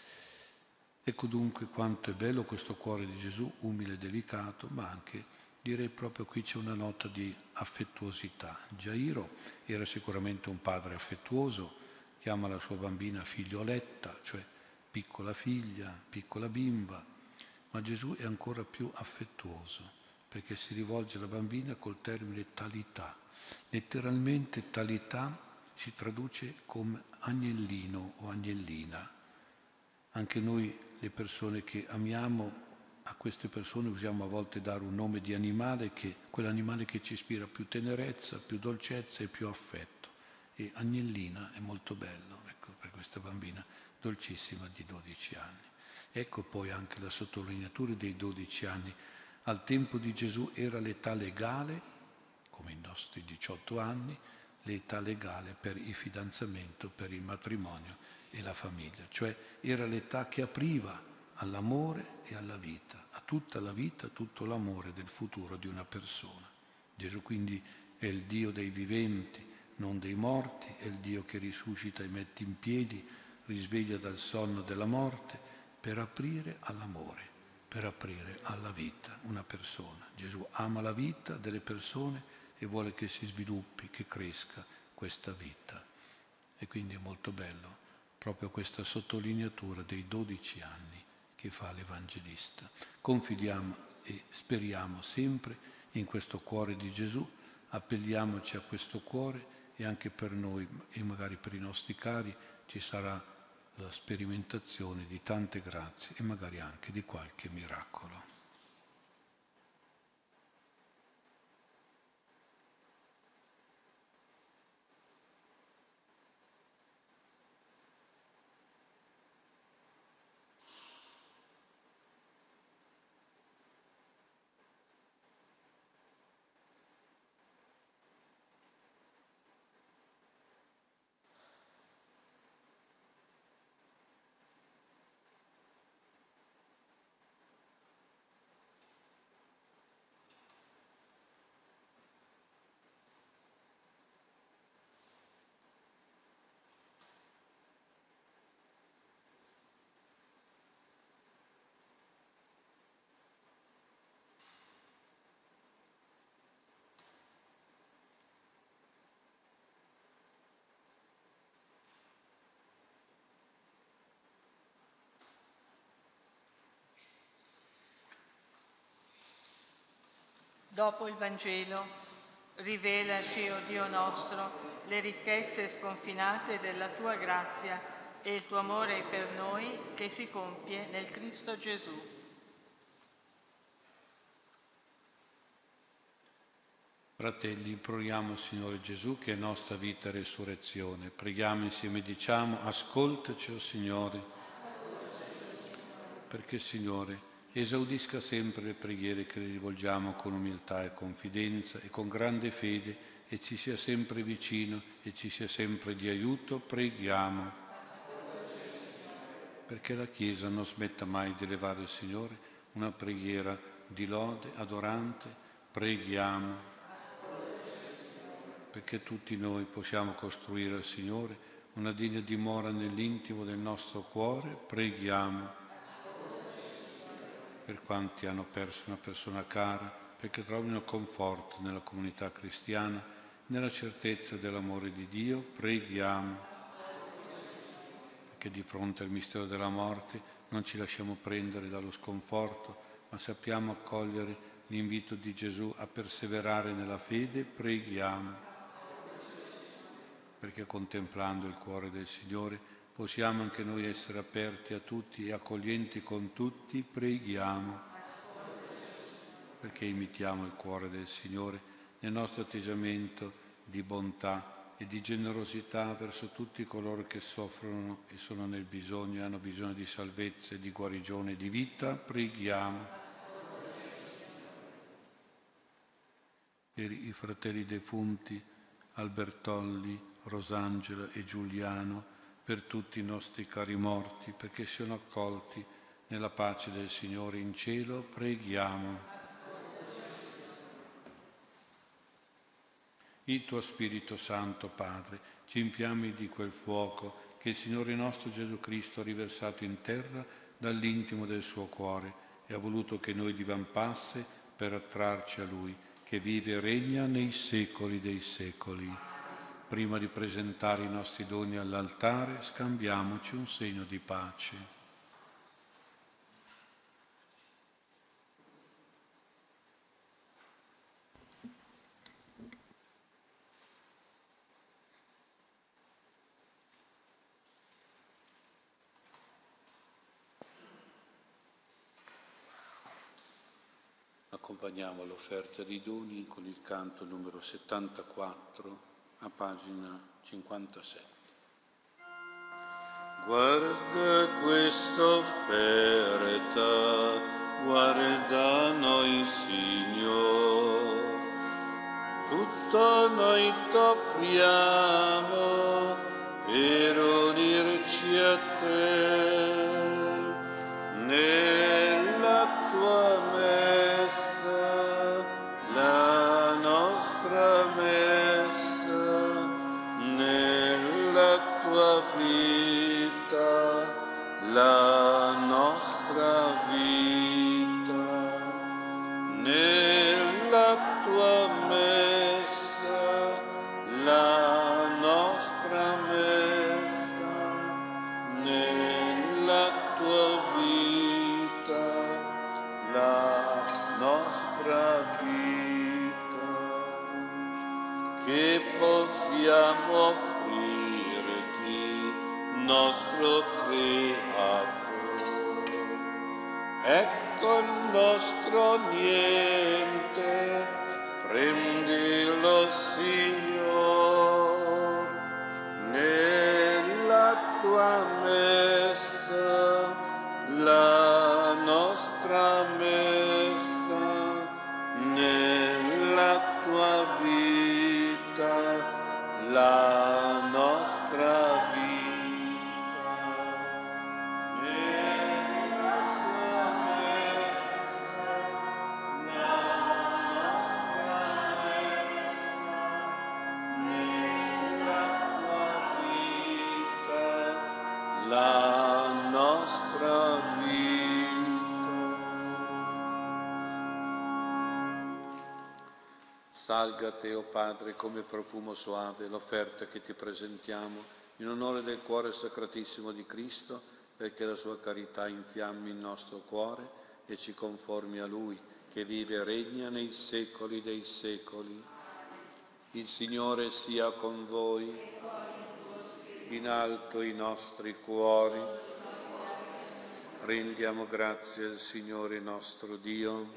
Ecco dunque quanto è bello questo cuore di Gesù, umile e delicato, ma anche, direi proprio qui c'è una nota di affettuosità. Gairo era sicuramente un padre affettuoso, chiama la sua bambina figlioletta, cioè piccola figlia, piccola bimba, ma Gesù è ancora più affettuoso, perché si rivolge alla bambina col termine talità. Letteralmente talità si traduce come agnellino o agnellina. Anche noi, le persone che amiamo, a queste persone usiamo a volte dare un nome di animale, quell'animale che ci ispira più tenerezza, più dolcezza e più affetto. E agnellina è molto bello, ecco, per questa bambina dolcissima di 12 anni. Ecco poi anche la sottolineatura dei 12 anni. Al tempo di Gesù era l'età legale, come i nostri 18 anni, l'età legale per il fidanzamento, per il matrimonio e la famiglia. Cioè era l'età che apriva all'amore e alla vita, a tutta la vita, tutto l'amore del futuro di una persona. Gesù quindi è il Dio dei viventi, non dei morti, è il Dio che risuscita e mette in piedi, risveglia dal sonno della morte per aprire all'amore, per aprire alla vita una persona. Gesù ama la vita delle persone e vuole che si sviluppi, che cresca questa vita. E quindi è molto bello proprio questa sottolineatura dei 12 anni che fa l'Evangelista. Confidiamo e speriamo sempre in questo cuore di Gesù, appelliamoci a questo cuore e anche per noi e magari per i nostri cari ci sarà la sperimentazione di tante grazie e magari anche di qualche miracolo. Dopo il Vangelo, rivelaci, o Dio nostro, le ricchezze sconfinate della tua grazia e il tuo amore per noi che si compie nel Cristo Gesù. Fratelli, imploriamo il Signore Gesù che è nostra vita e resurrezione. Preghiamo insieme e diciamo: ascoltaci, o Signore, perché il Signore esaudisca sempre le preghiere che le rivolgiamo con umiltà e confidenza e con grande fede, e ci sia sempre vicino e ci sia sempre di aiuto. Preghiamo perché la Chiesa non smetta mai di elevare al Signore una preghiera di lode adorante. Preghiamo perché tutti noi possiamo costruire al Signore una degna dimora nell'intimo del nostro cuore. Preghiamo per quanti hanno perso una persona cara, perché trovino conforto nella comunità cristiana, nella certezza dell'amore di Dio. Preghiamo perché di fronte al mistero della morte non ci lasciamo prendere dallo sconforto, ma sappiamo accogliere l'invito di Gesù a perseverare nella fede. Preghiamo perché contemplando il cuore del Signore possiamo anche noi essere aperti a tutti e accoglienti con tutti. Preghiamo perché imitiamo il cuore del Signore nel nostro atteggiamento di bontà e di generosità verso tutti coloro che soffrono e sono nel bisogno e hanno bisogno di salvezza, di guarigione e di vita. Preghiamo per i fratelli defunti Albertolli, Rosangela e Giuliano, per tutti i nostri cari morti, perché siano accolti nella pace del Signore in cielo. Preghiamo. Il tuo Spirito Santo, Padre, ci infiammi di quel fuoco che il Signore nostro Gesù Cristo ha riversato in terra dall'intimo del suo cuore e ha voluto che noi divampasse per attrarci a Lui, che vive e regna nei secoli dei secoli. Prima di presentare i nostri doni all'altare, scambiamoci un segno di pace. Accompagniamo l'offerta di doni con il canto numero 74 a pagina 57. Guarda questa offerta, guarda noi, Signore, tutto noi t'offriamo per unirci a te nella tua messa, la nostra messa, nella tua vita, la nostra vita, nella tua messa, la nostra messa, nella tua vita, la nostra vita, che possiamo offrirti, nostro Creatore. Ecco il nostro niente, prendilo, Signore, nella tua messa, la nostra messa, nella tua vita, la nostra vita. La nostra vita. Salga a te, o Padre, come profumo soave l'offerta che ti presentiamo in onore del cuore sacratissimo di Cristo, perché la sua carità infiammi il nostro cuore e ci conformi a Lui, che vive e regna nei secoli dei secoli. Il Signore sia con voi, in alto i nostri cuori. Rendiamo grazie al Signore nostro Dio.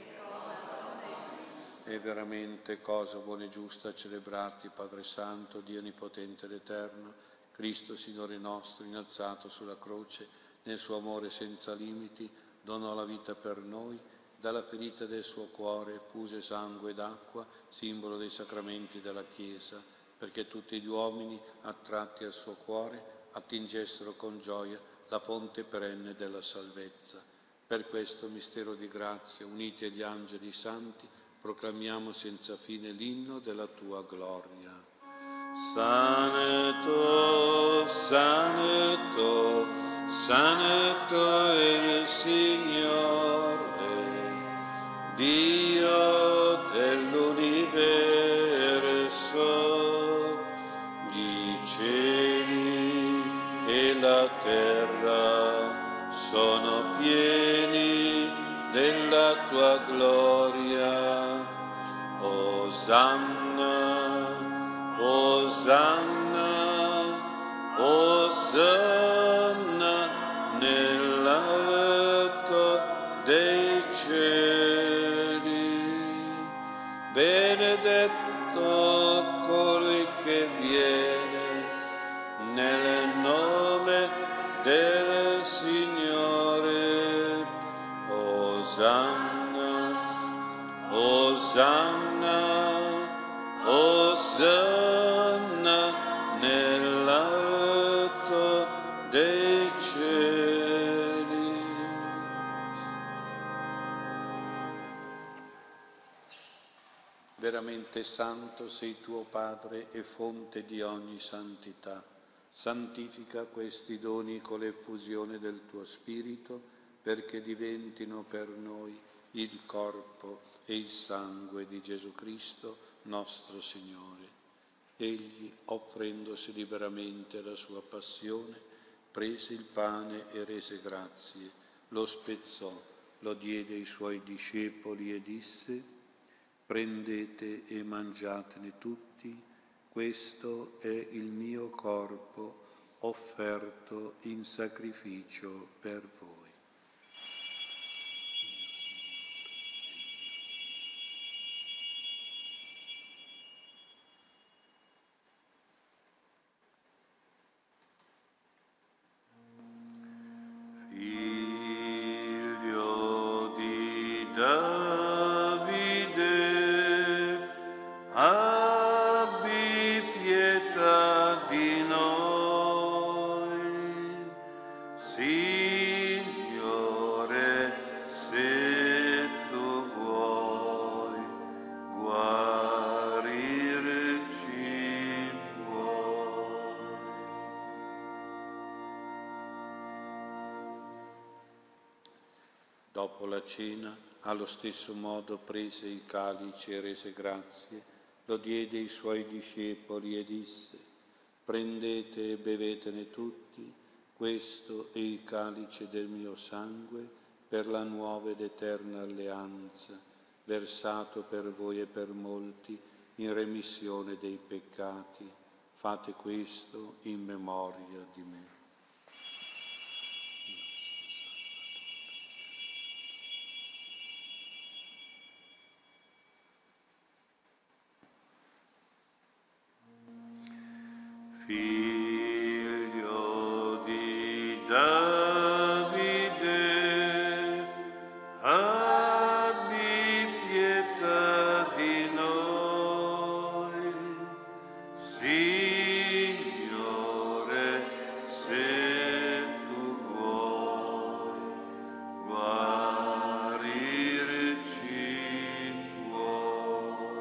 È veramente cosa buona e giusta celebrarti, Padre Santo, Dio Onnipotente ed Eterno, Cristo Signore nostro, innalzato sulla croce, nel suo amore senza limiti, donò la vita per noi. Dalla ferita del suo cuore fuse sangue ed acqua, simbolo dei sacramenti della Chiesa, perché tutti gli uomini, attratti al suo cuore, attingessero con gioia la fonte perenne della salvezza. Per questo mistero di grazia, uniti agli angeli santi, proclamiamo senza fine l'inno della tua gloria. Santo, santo, santo è il Signore, Dio dell'universo, i cieli e la terra sono pieni della tua gloria. Osanna, Osanna, Osanna nell'alto dei cieli. Benedetto colui che viene nel nome del Signore. Osanna, Osanna, Osanna nell'alto dei cieli. Veramente santo sei tuo Padre e fonte di ogni santità. Santifica questi doni con l'effusione del tuo Spirito, perché diventino per noi il corpo e il sangue di Gesù Cristo, nostro Signore. Egli, offrendosi liberamente alla sua passione, prese il pane e rese grazie, lo spezzò, lo diede ai suoi discepoli e disse: prendete e mangiatene tutti, questo è il mio corpo offerto in sacrificio per voi. Figlio di Davide, abbi pietà di noi. Signore, se tu vuoi, guarirci puoi. Dopo la cena, allo stesso modo prese il calice e rese grazie, lo diede ai suoi discepoli e disse: prendete e bevetene tutti, questo è il calice del mio sangue per la nuova ed eterna alleanza, versato per voi e per molti in remissione dei peccati. Fate questo in memoria di me. Figlio di Davide, abbi pietà di noi. Signore, se tu vuoi, guarirci puoi.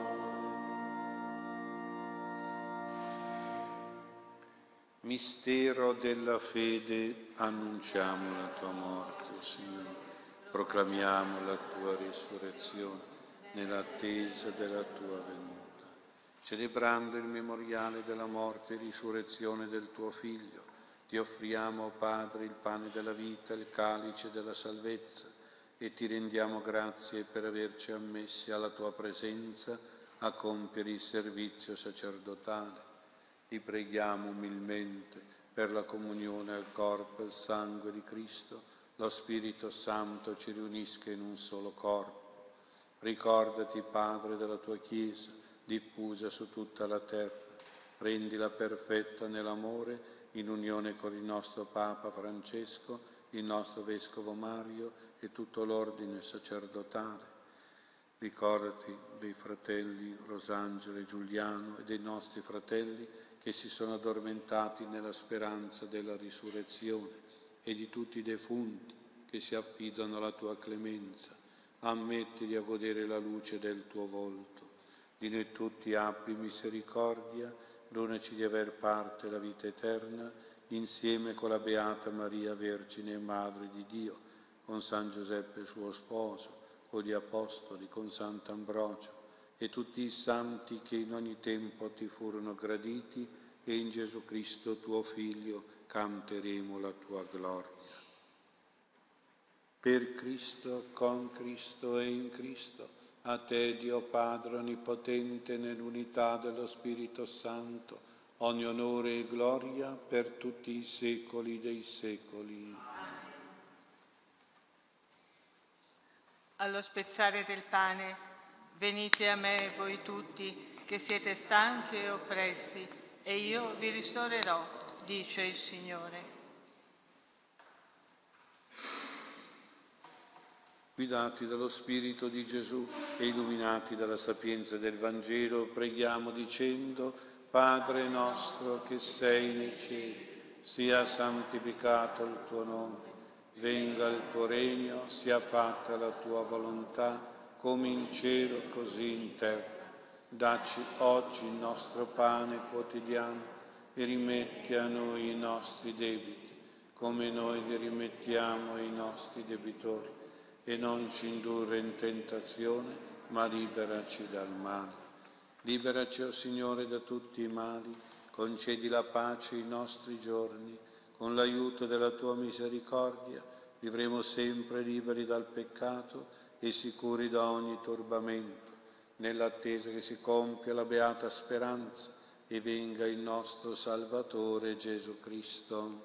Mistero della fede, annunciamo la tua morte, Signore, proclamiamo la tua risurrezione nell'attesa della tua venuta. Celebrando il memoriale della morte e risurrezione del tuo Figlio, ti offriamo, Padre, il pane della vita, il calice della salvezza, e ti rendiamo grazie per averci ammessi alla tua presenza a compiere il servizio sacerdotale. Ti preghiamo umilmente per la comunione al corpo e al sangue di Cristo, lo Spirito Santo ci riunisca in un solo corpo. Ricordati, Padre, della tua Chiesa, diffusa su tutta la terra. Rendila perfetta nell'amore, in unione con il nostro Papa Francesco, il nostro Vescovo Mario e tutto l'ordine sacerdotale. Ricordati dei fratelli Rosangelo e Giuliano e dei nostri fratelli che si sono addormentati nella speranza della risurrezione e di tutti i defunti che si affidano alla tua clemenza. Ammettili a godere la luce del tuo volto. Di noi tutti abbi misericordia, donaci di aver parte la vita eterna, insieme con la Beata Maria, Vergine e Madre di Dio, con San Giuseppe suo sposo, con gli Apostoli, con Sant'Ambrogio e tutti i santi che in ogni tempo ti furono graditi, e in Gesù Cristo tuo Figlio canteremo la tua gloria. Per Cristo, con Cristo e in Cristo, a te Dio Padre Onnipotente, nell'unità dello Spirito Santo, ogni onore e gloria per tutti i secoli dei secoli. Allo spezzare del pane, venite a me voi tutti che siete stanchi e oppressi, e io vi ristorerò, dice il Signore. Guidati dallo Spirito di Gesù e illuminati dalla sapienza del Vangelo, preghiamo dicendo: Padre nostro che sei nei cieli, sia santificato il tuo nome, venga il tuo regno, sia fatta la tua volontà, come in cielo così in terra. Dacci oggi il nostro pane quotidiano e rimetti a noi i nostri debiti, come noi li rimettiamo ai nostri debitori. E non ci indurre in tentazione, ma liberaci dal male. Liberaci, o Signore, da tutti i mali, concedi la pace ai nostri giorni, con l'aiuto della tua misericordia vivremo sempre liberi dal peccato e sicuri da ogni turbamento, nell'attesa che si compia la beata speranza e venga il nostro Salvatore Gesù Cristo.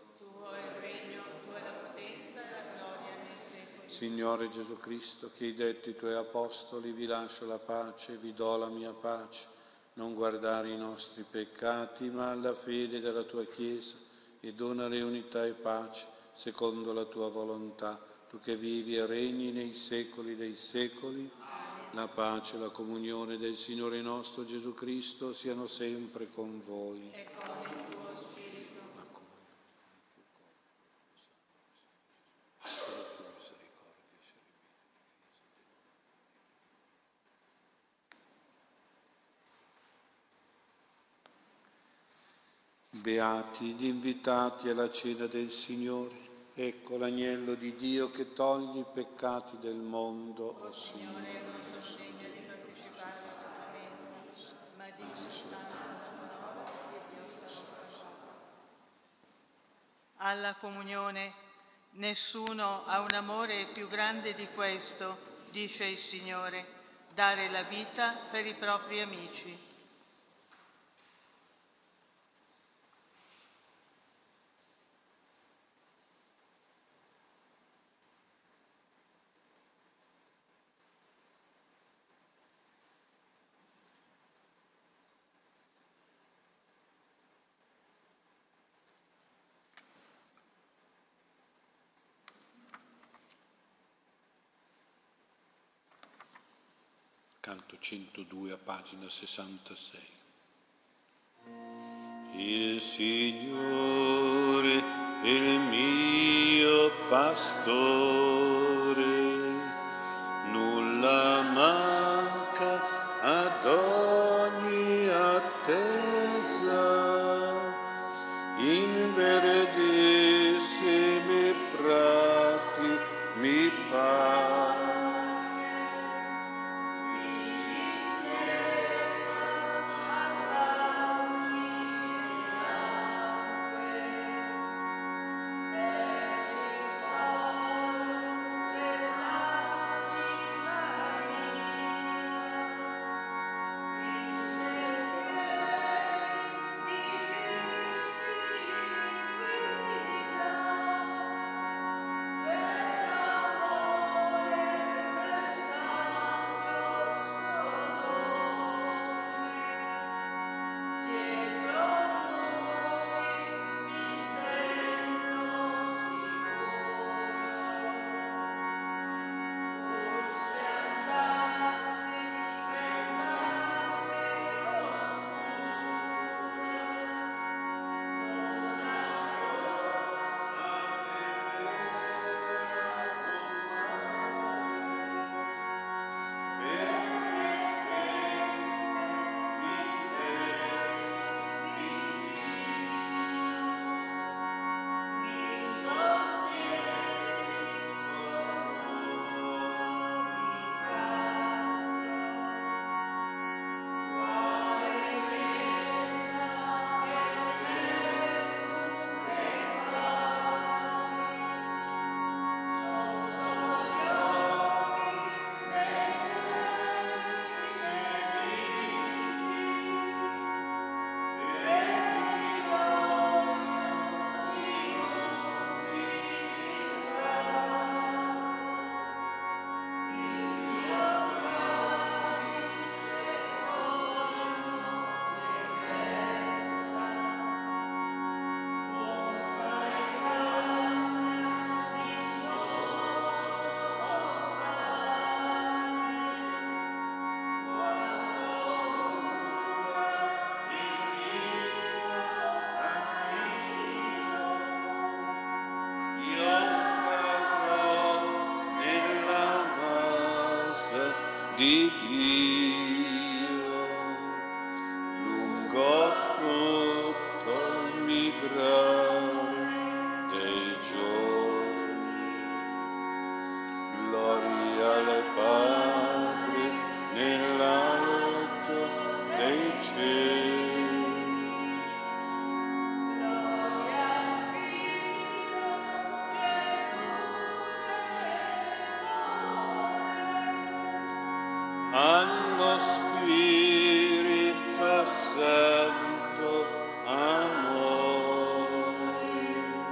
Signore Gesù Cristo, che hai detto ai tuoi apostoli: vi lascio la pace, vi do la mia pace, non guardare i nostri peccati, ma alla fede della tua Chiesa, e donale unità e pace, secondo la tua volontà, tu che vivi e regni nei secoli dei secoli. La pace e la comunione del Signore nostro Gesù Cristo siano sempre con voi. Beati gli invitati alla cena del Signore. Ecco l'agnello di Dio che toglie i peccati del mondo. O Signore, non sono degna di partecipare alla sacramento, ma dici soltanto una parola e Dio sarà salvato. Alla comunione, nessuno ha un amore più grande di questo, dice il Signore, dare la vita per i propri amici. Canto 102 a pagina 66. Il Signore è il mio pastore, nulla manca ad ogni attesa, in verdissimi prati mi parla. di Dio, lungo tutto il migrare dei giorni. Gloria al Padre nell'alto dei cieli. Allo Spirito Santo amore,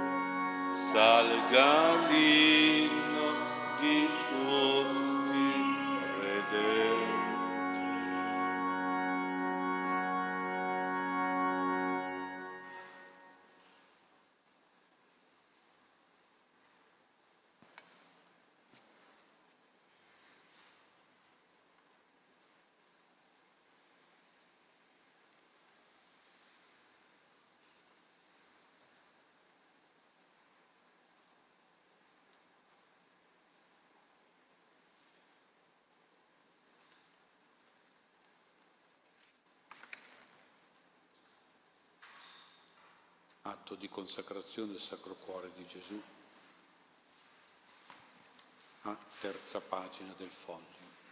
salga l'inno di tutti redenti. Atto di consacrazione del Sacro Cuore di Gesù, a terza pagina del foglio.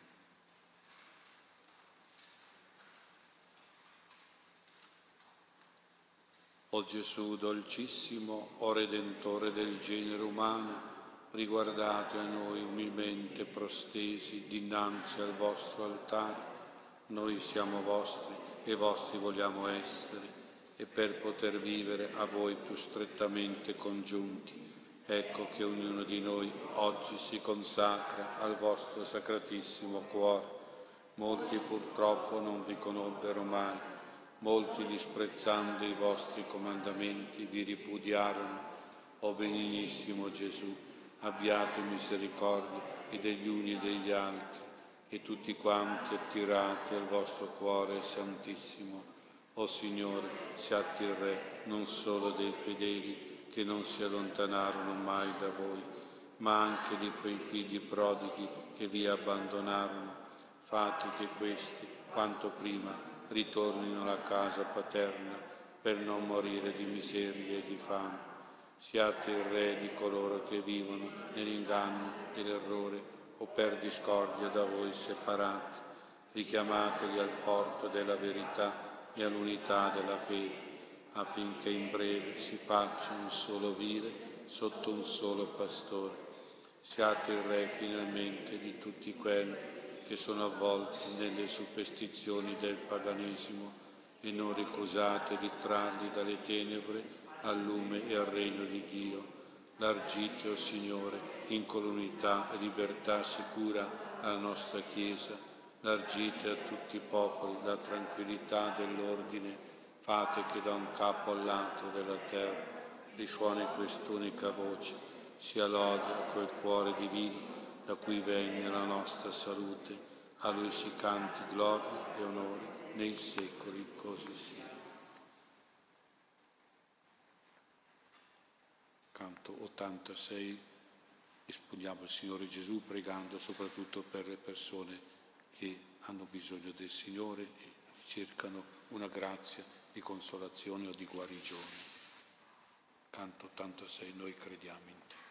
O Gesù dolcissimo, o Redentore del genere umano, riguardate a noi umilmente prostesi dinanzi al vostro altare. Noi siamo vostri e vostri vogliamo essere, e per poter vivere a voi più strettamente congiunti, ecco che ognuno di noi oggi si consacra al vostro sacratissimo cuore. Molti purtroppo non vi conobbero mai, molti disprezzando i vostri comandamenti vi ripudiarono. O benignissimo Gesù, abbiate misericordia e degli uni e degli altri, e tutti quanti attirati al vostro cuore santissimo. O Signore, siate il Re non solo dei fedeli che non si allontanarono mai da voi, ma anche di quei figli prodighi che vi abbandonarono. Fate che questi, quanto prima, ritornino alla casa paterna per non morire di miseria e di fame. Siate il Re di coloro che vivono nell'inganno e l'errore o per discordia da voi separati. Richiamateli al porto della verità e all'unità della fede, affinché in breve si faccia un solo vile sotto un solo pastore. Siate il Re finalmente di tutti quelli che sono avvolti nelle superstizioni del paganesimo e non ricusate di trarli dalle tenebre al lume e al regno di Dio. Largite, o Signore, in colunità e libertà sicura alla nostra Chiesa. Largite a tutti i popoli la tranquillità dell'ordine, fate che da un capo all'altro della terra risuoni quest'unica voce, sia lode a quel cuore divino da cui viene la nostra salute, a Lui si canti gloria e onore nei secoli, così sia. Canto 86, esponiamo il Signore Gesù pregando soprattutto per le persone che hanno bisogno del Signore e cercano una grazia di consolazione o di guarigione. Canto 86, noi crediamo in te.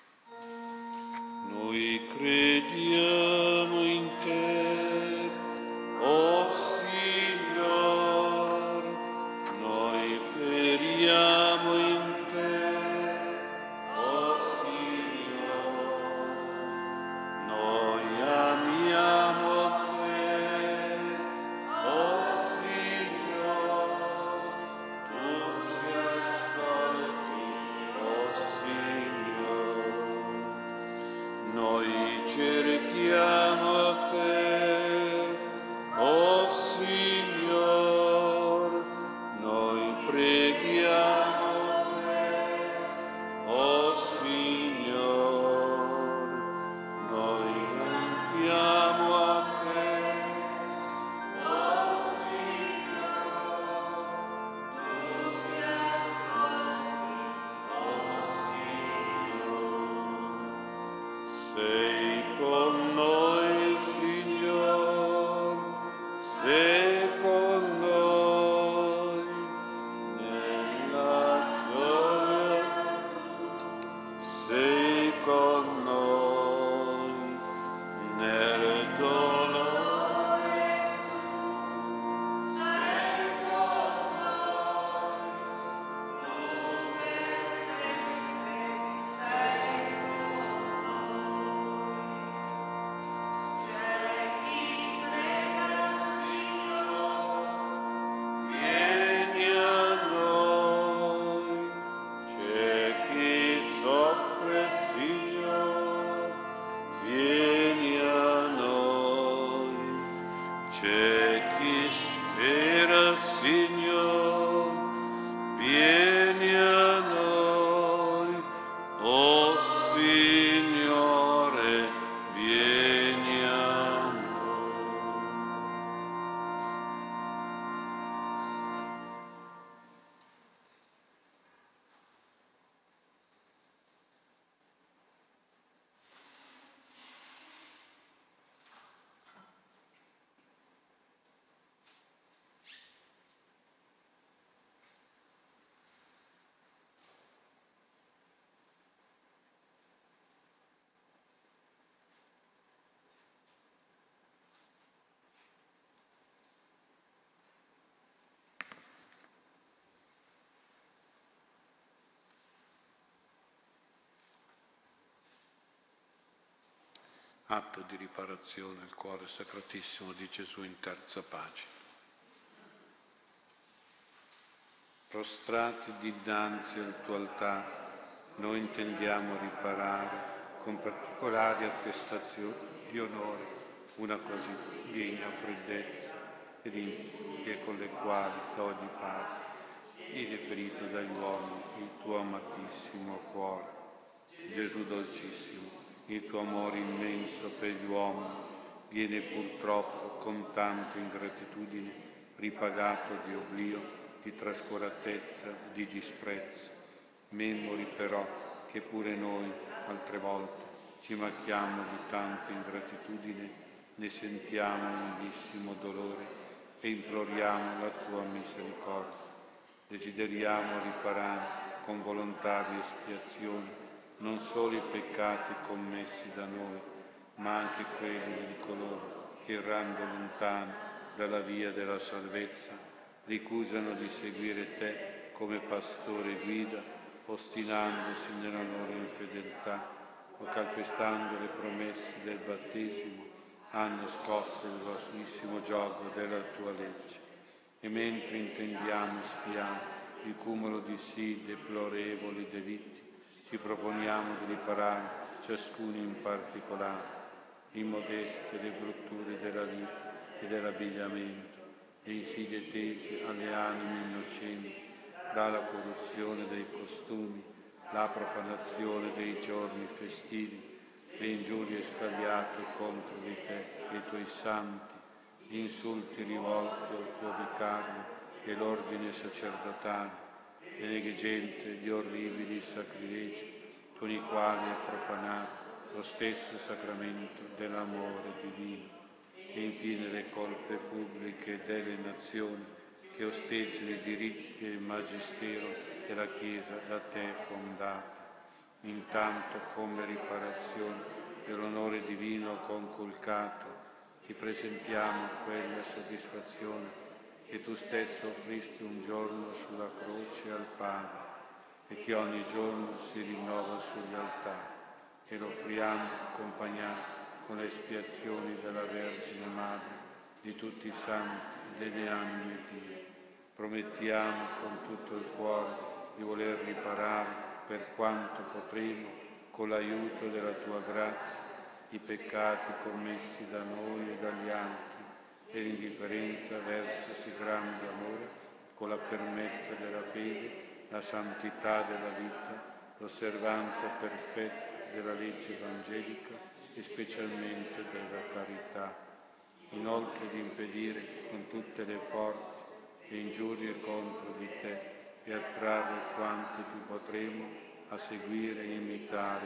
Noi crediamo in te, o Signor, noi speriamo in te, o Signor, noi amiamo te, o Signor, tu ci ascolti, o Signor, noi cerchiamo te, o Signor, noi preghiamo te, o Signor, noi andiamo a te, o Signor, tu ci ascolti, o Signor. Sei con noi, Signore, Atto di riparazione al cuore sacratissimo di Gesù in terza pagina. Prostrati dinanzi al tuo altare, noi intendiamo riparare con particolari attestazioni di onore una così degna freddezza e con le quali da ogni parte viene ferito dagli uomini il tuo amatissimo cuore. Gesù dolcissimo, il tuo amore immenso per gli uomini viene purtroppo con tanta ingratitudine ripagato di oblio, di trascuratezza, di disprezzo. Memori però che pure noi altre volte ci macchiamo di tanta ingratitudine, ne sentiamo un vivissimo dolore e imploriamo la tua misericordia. Desideriamo riparare con volontarie espiazioni non solo i peccati commessi da noi, ma anche quelli di coloro che, errando lontano dalla via della salvezza, ricusano di seguire te come pastore e guida, ostinandosi nella loro infedeltà o calpestando le promesse del battesimo, hanno scosso il grossissimo gioco della tua legge. E mentre intendiamo spiare il cumulo di sì deplorevoli delitti, ci proponiamo di riparare ciascuno in particolare l'immodestia e le brutture della vita e dell'abbigliamento, le insidie tese alle anime innocenti dalla corruzione dei costumi, la profanazione dei giorni festivi, le ingiurie scagliate contro di te e i tuoi santi, gli insulti rivolti al tuo vicario e l'ordine sacerdotale, le negligenze e gli orribili sacrilegi con i quali è profanato lo stesso sacramento dell'amore divino, e infine le colpe pubbliche delle nazioni che osteggiano i diritti e il magistero della Chiesa da te fondata. Intanto, come riparazione dell'onore divino conculcato, ti presentiamo quella soddisfazione che tu stesso offristi un giorno sulla croce al Padre e che ogni giorno si rinnova sugli altari, e lo offriamo accompagnato con le espiazioni della Vergine Madre, di tutti i santi e delle anime pie. Promettiamo con tutto il cuore di voler riparare per quanto potremo, con l'aiuto della tua grazia, i peccati commessi da noi e dagli altri, e l'indifferenza verso sì grande amore, con la fermezza della fede, la santità della vita, l'osservanza perfetta della legge evangelica e specialmente della carità. Inoltre di impedire con tutte le forze le ingiurie contro di te e attrarre quanti più potremo a seguire e imitare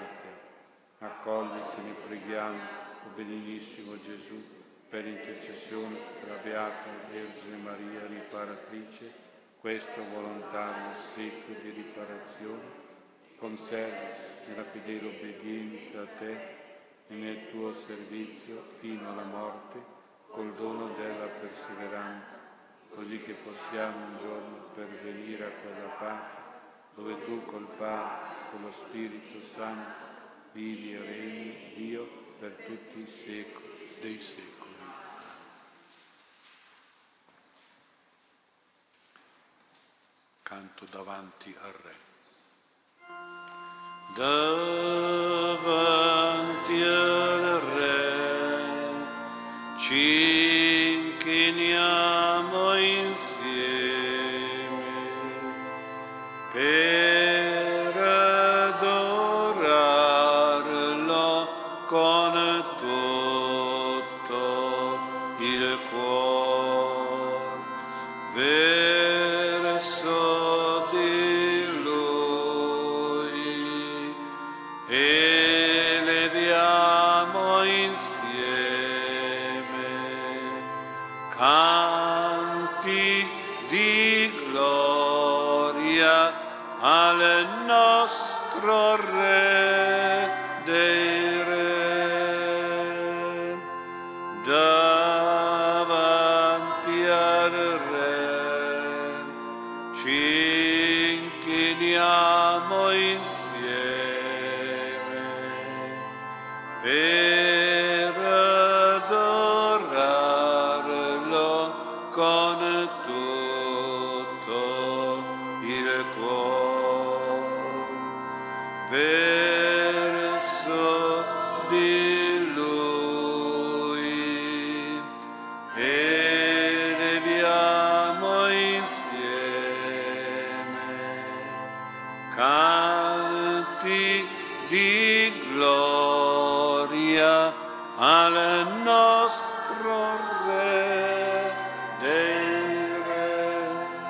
te. Accogliti, ne preghiamo, o benignissimo Gesù, per intercessione della Beata Vergine Maria Riparatrice, questo volontario ossequio di riparazione, conservi nella fedele obbedienza a te e nel tuo servizio fino alla morte, col dono della perseveranza, così che possiamo un giorno pervenire a quella pace dove tu col Padre, con lo Spirito Santo, vivi e regni, Dio, per tutti i secoli dei secoli. Canto davanti al Re. Davanti al Re ci inchiniamo insieme per adorarlo con tutto il cuore. Verso di Lui eleviamo insieme canti di gloria al nostro Re dei Re. Davanti al Re ci inchiniamo insieme per il cuore verso di Lui e leviamo insieme canti di gloria al nostro Re dei Re.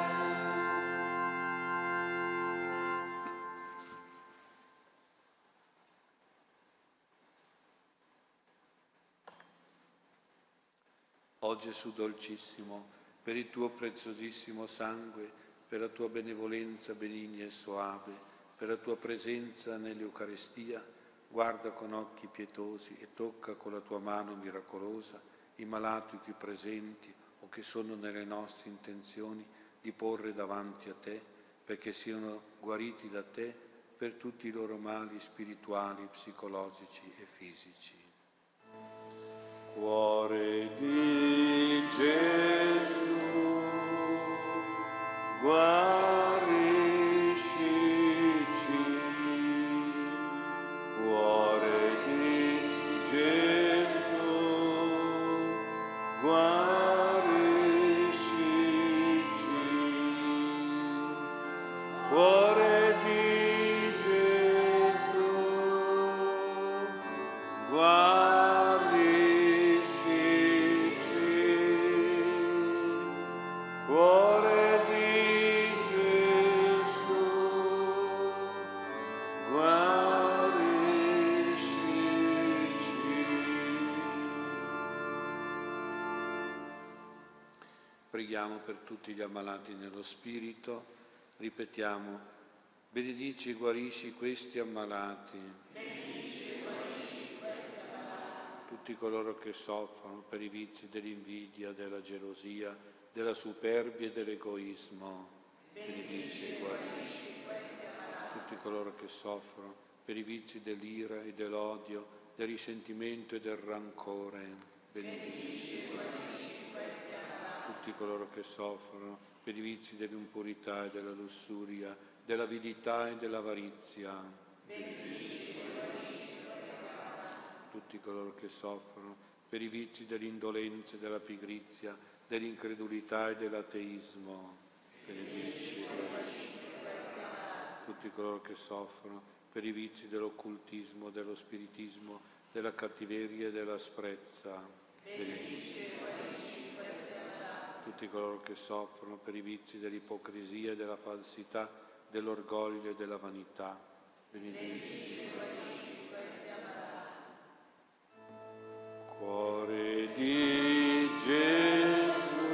O Gesù dolcissimo, per il tuo preziosissimo sangue, per la tua benevolenza benigna e soave, per la tua presenza nell'Eucaristia, guarda con occhi pietosi e tocca con la tua mano miracolosa i malati qui presenti o che sono nelle nostre intenzioni di porre davanti a te, perché siano guariti da te per tutti i loro mali spirituali, psicologici e fisici. Cuore di Gesù, guariscici. Cuore di Gesù, guariscici. Cuore di Gesù, Cuore di Gesù, guariscici. Preghiamo per tutti gli ammalati nello Spirito, ripetiamo, benedici e guarisci questi ammalati. Tutti coloro che soffrono per i vizi dell'invidia, della gelosia, della superbia e dell'egoismo, benedici e guarisci. Tutti coloro che soffrono per i vizi dell'ira e dell'odio, del risentimento e del rancore, benedici e guarisci. Tutti coloro che soffrono per i vizi dell'impurità e della lussuria, dell'avidità e dell'avarizia, benedici e guarisci. Tutti coloro che soffrono per i vizi dell'indolenza e della pigrizia, dell'incredulità e dell'ateismo, benedici e guarisci. Tutti coloro che soffrono per i vizi dell'occultismo, dello spiritismo, della cattiveria e dell'asprezza, benedici e guarisci. Tutti coloro che soffrono per i vizi dell'ipocrisia e della falsità, dell'orgoglio e della vanità, benedici e guarisci. Cuore di Gesù,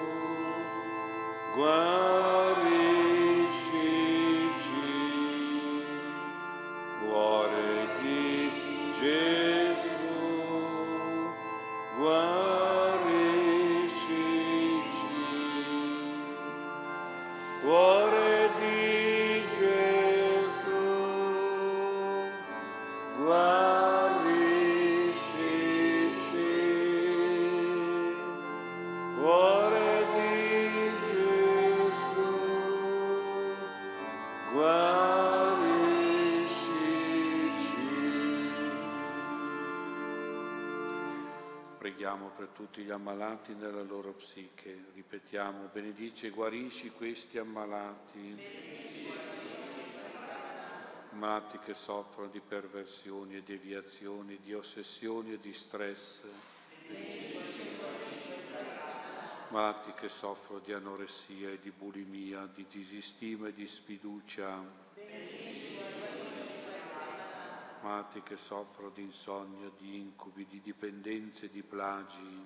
guariscici. Cuore di Gesù, guariscici. Cuore di Gesù, guariscici. Cuore di Gesù, guariscici. Preghiamo per tutti gli ammalati nella loro psiche. Ripetiamo, benedici e guarisci questi ammalati. Ammalati che soffrono di perversioni e deviazioni, di ossessioni e di stress. Malati che soffrono di anoressia e di bulimia, di disistima e di sfiducia. Malati che soffrono di insonnia, di incubi, di dipendenze e di plagi.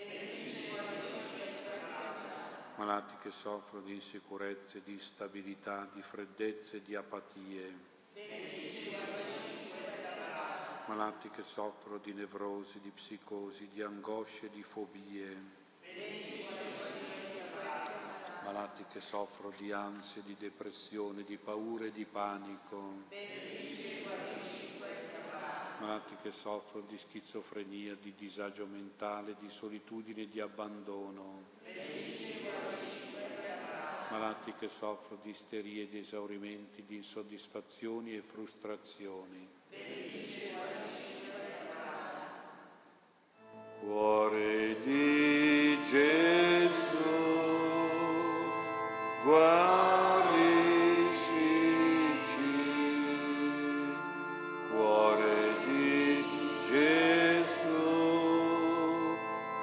Malati che soffrono di insicurezze, di instabilità, di freddezze e di apatie. Malati che soffrono di nevrosi, di psicosi, di angosce e di fobie. Malati che soffrono di ansia, di depressione, di paura e di panico. Malati che soffrono di schizofrenia, di disagio mentale, di solitudine e di abbandono. malati che soffrono di isterie, di esaurimenti, di insoddisfazioni e frustrazioni. Cuore di Gesù, guariscici. Cuore di Gesù,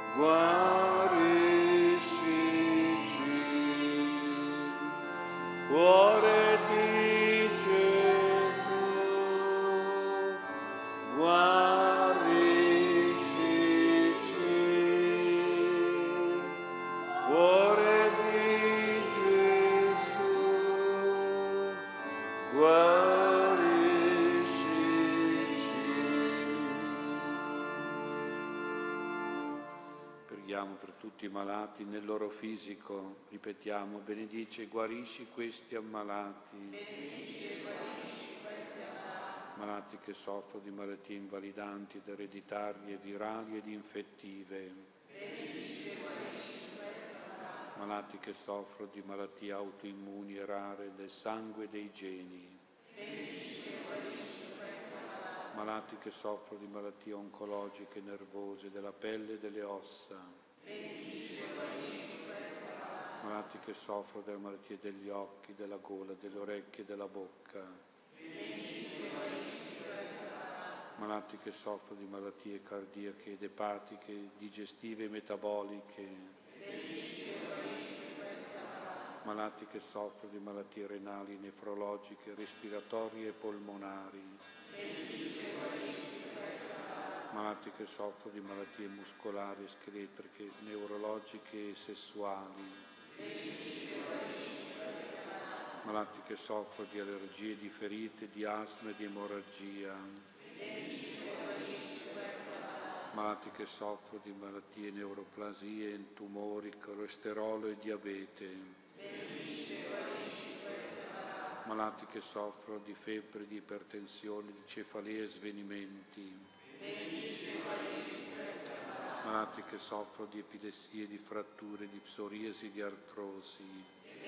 guariscici. Cuore di Gesù, guariscici. Cuore di Gesù, guariscici. Preghiamo per tutti i malati nel loro fisico, ripetiamo, benedice e guarisci questi ammalati. Malati che soffrono di malattie invalidanti ed ereditarie, virali ed infettive. Malati che soffrono di malattie autoimmuni e rare del sangue e dei geni. Malati che soffrono di malattie oncologiche, nervose, della pelle e delle ossa. Malati che soffrono delle malattie degli occhi, della gola, delle orecchie e della bocca. Malati che soffrono di malattie cardiache ed epatiche, digestive e metaboliche. Malati che soffrono di malattie renali, nefrologiche, respiratorie e polmonari. Malati che soffrono di malattie muscolari, scheletriche, neurologiche e sessuali. Malati che soffrono di allergie, di ferite, di asma e di emorragia. Malati che soffrono di malattie, neuroplasie, tumori, colesterolo e diabete. Malati che soffrono di febbre, di ipertensione, di cefalie e svenimenti. Malati che soffrono di epilessie, di fratture, di psoriasi, di artrosi.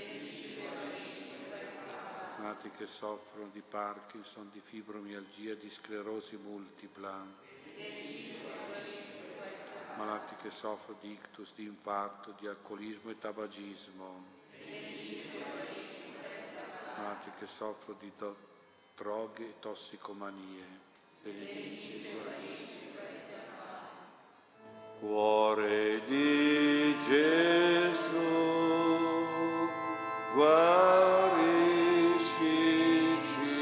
Malati che soffrono di Parkinson, di fibromialgia, di sclerosi multipla. Malati che soffrono di ictus, di infarto, di alcolismo e tabagismo. Malati che soffrono di droghe e tossicomanie. Benedici e guarisci. Cuore di Gesù, guariscici.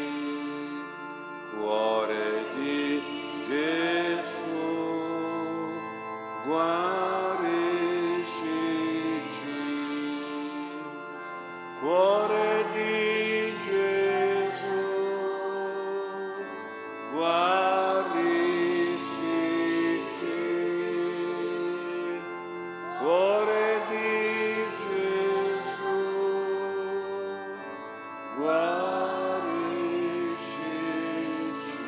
Cuore di Gesù, guariscici. Cuore di Gesù, guariscici. Cuore di Gesù, guariscici.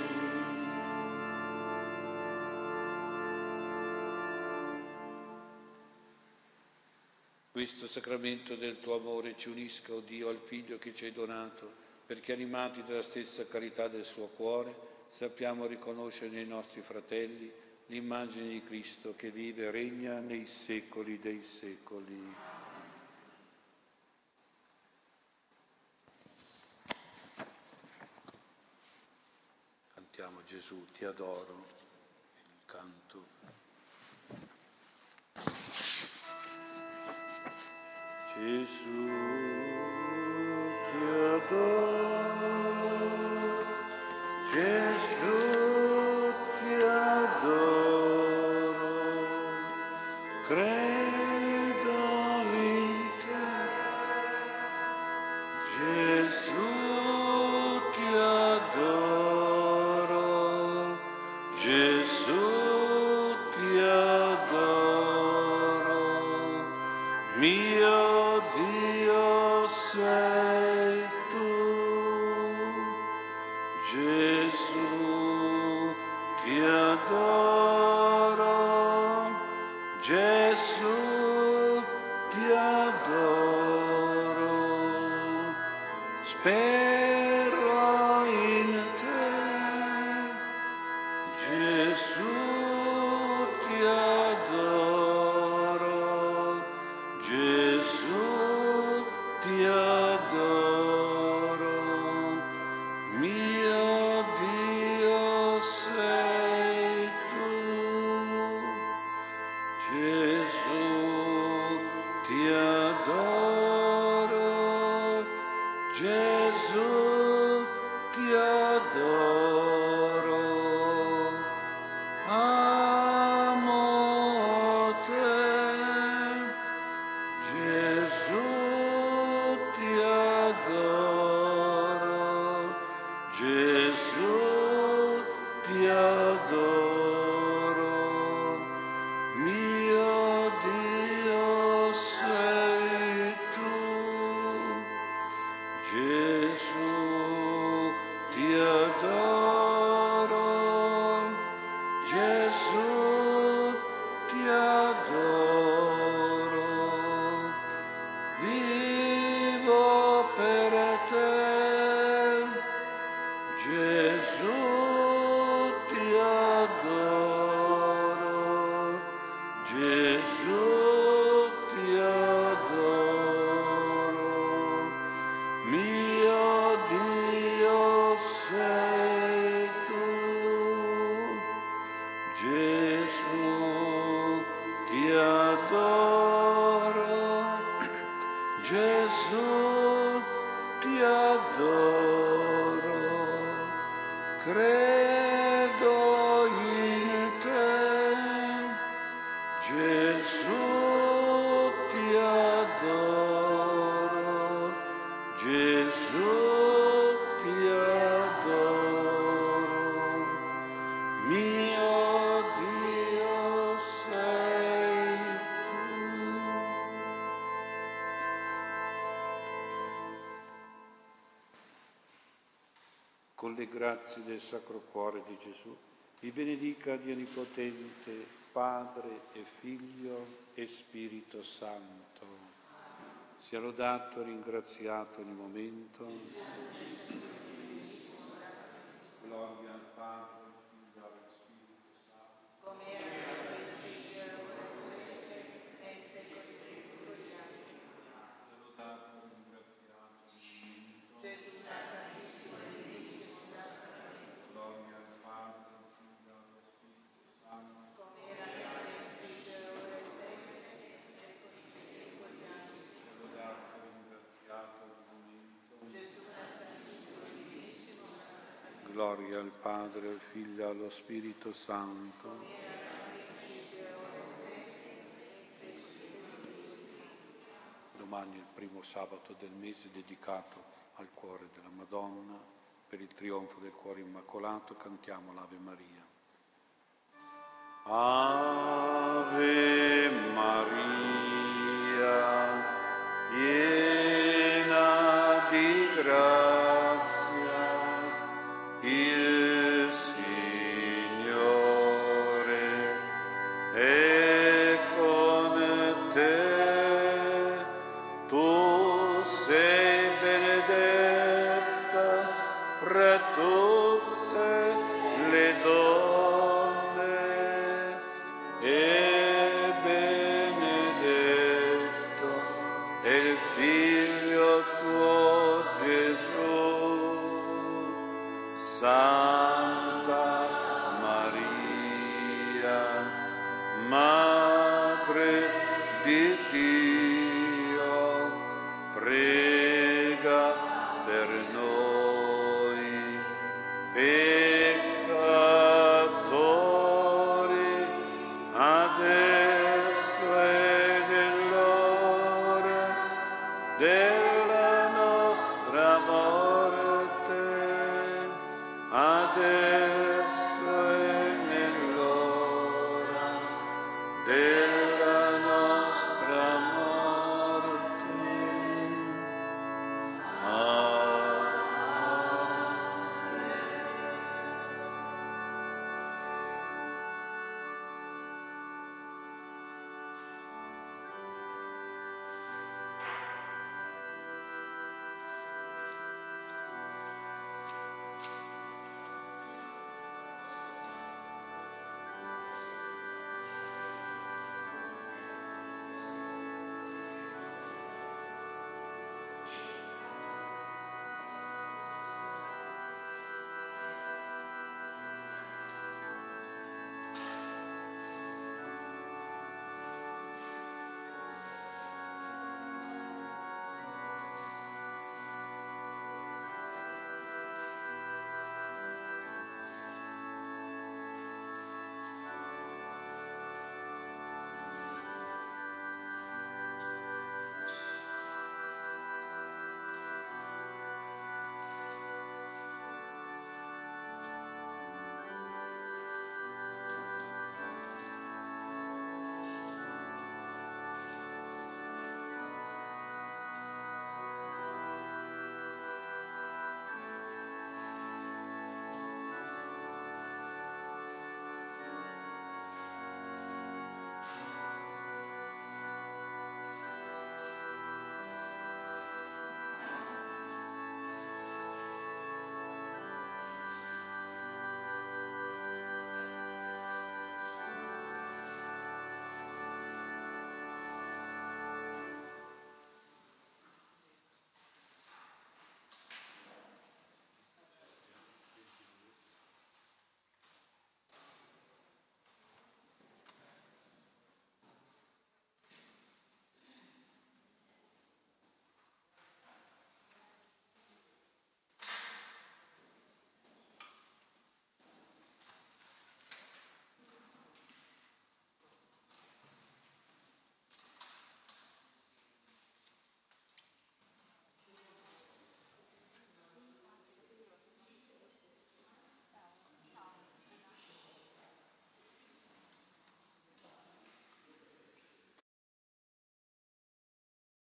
Questo sacramento del tuo amore ci unisca, o Dio, al Figlio che ci hai donato, perché animati dalla stessa carità del suo cuore, sappiamo riconoscere nei nostri fratelli l'immagine di Cristo che vive e regna nei secoli dei secoli. Cantiamo Gesù, ti adoro, il canto. Gesù, ti adoro, Gesù, ti adoro, credo in te. Gesù, ti adoro, Gesù, ti adoro, mio Dio. spero in te. Gesù ti adoro, Gesù ti adoro, mio Dio sei tu. Gesù ti adoro, Gesù ti adoro, amo te. Gesù ti adoro, Gesù ti adoro, mio Dio sei tu. Gesù ti adoro, Gesù ti adoro, vivo per te. Gesù ti adoro, Gesù ti adoro, mio Dio sei tu. Gesù ti adoro, Gesù ti adoro, credo in te. Gesù ti adoro, Gesù ti adoro, mio Dio sei tu. Con le grazie del Sacro Cuore di Gesù, vi benedica Dio Onnipotente, Padre e Figlio e Spirito Santo. Sia lodato e ringraziato ogni momento. Gloria al Padre, al Figlio e allo Spirito Santo. come era nel principio, ora e sempre, e così per gli anni. Sia lodato e ringraziato ogni momento. Gesù Santissimo e Divino Sacramento, Gloria al Padre, al Figlio e allo Spirito Santo. come era nel principio, ora e sempre, e così per gli anni. Sia lodato e ringraziato ogni momento. Gesù Santissimo e Divinissimo Sacramento, Gloria al Padre, al Figlio e allo Spirito Santo. come era nel principio, ora e sempre, e così. Domani è il primo sabato del mese dedicato al cuore della Madonna. Per il trionfo del cuore immacolato cantiamo l'Ave Maria. Ave Maria, piena di grazia, il Signore è con te. Tu sei benedetta fra tutte le donne e benedetto è il Figlio tuo Gesù. Santa Maria, Madre di Dio, prega per noi peccatori.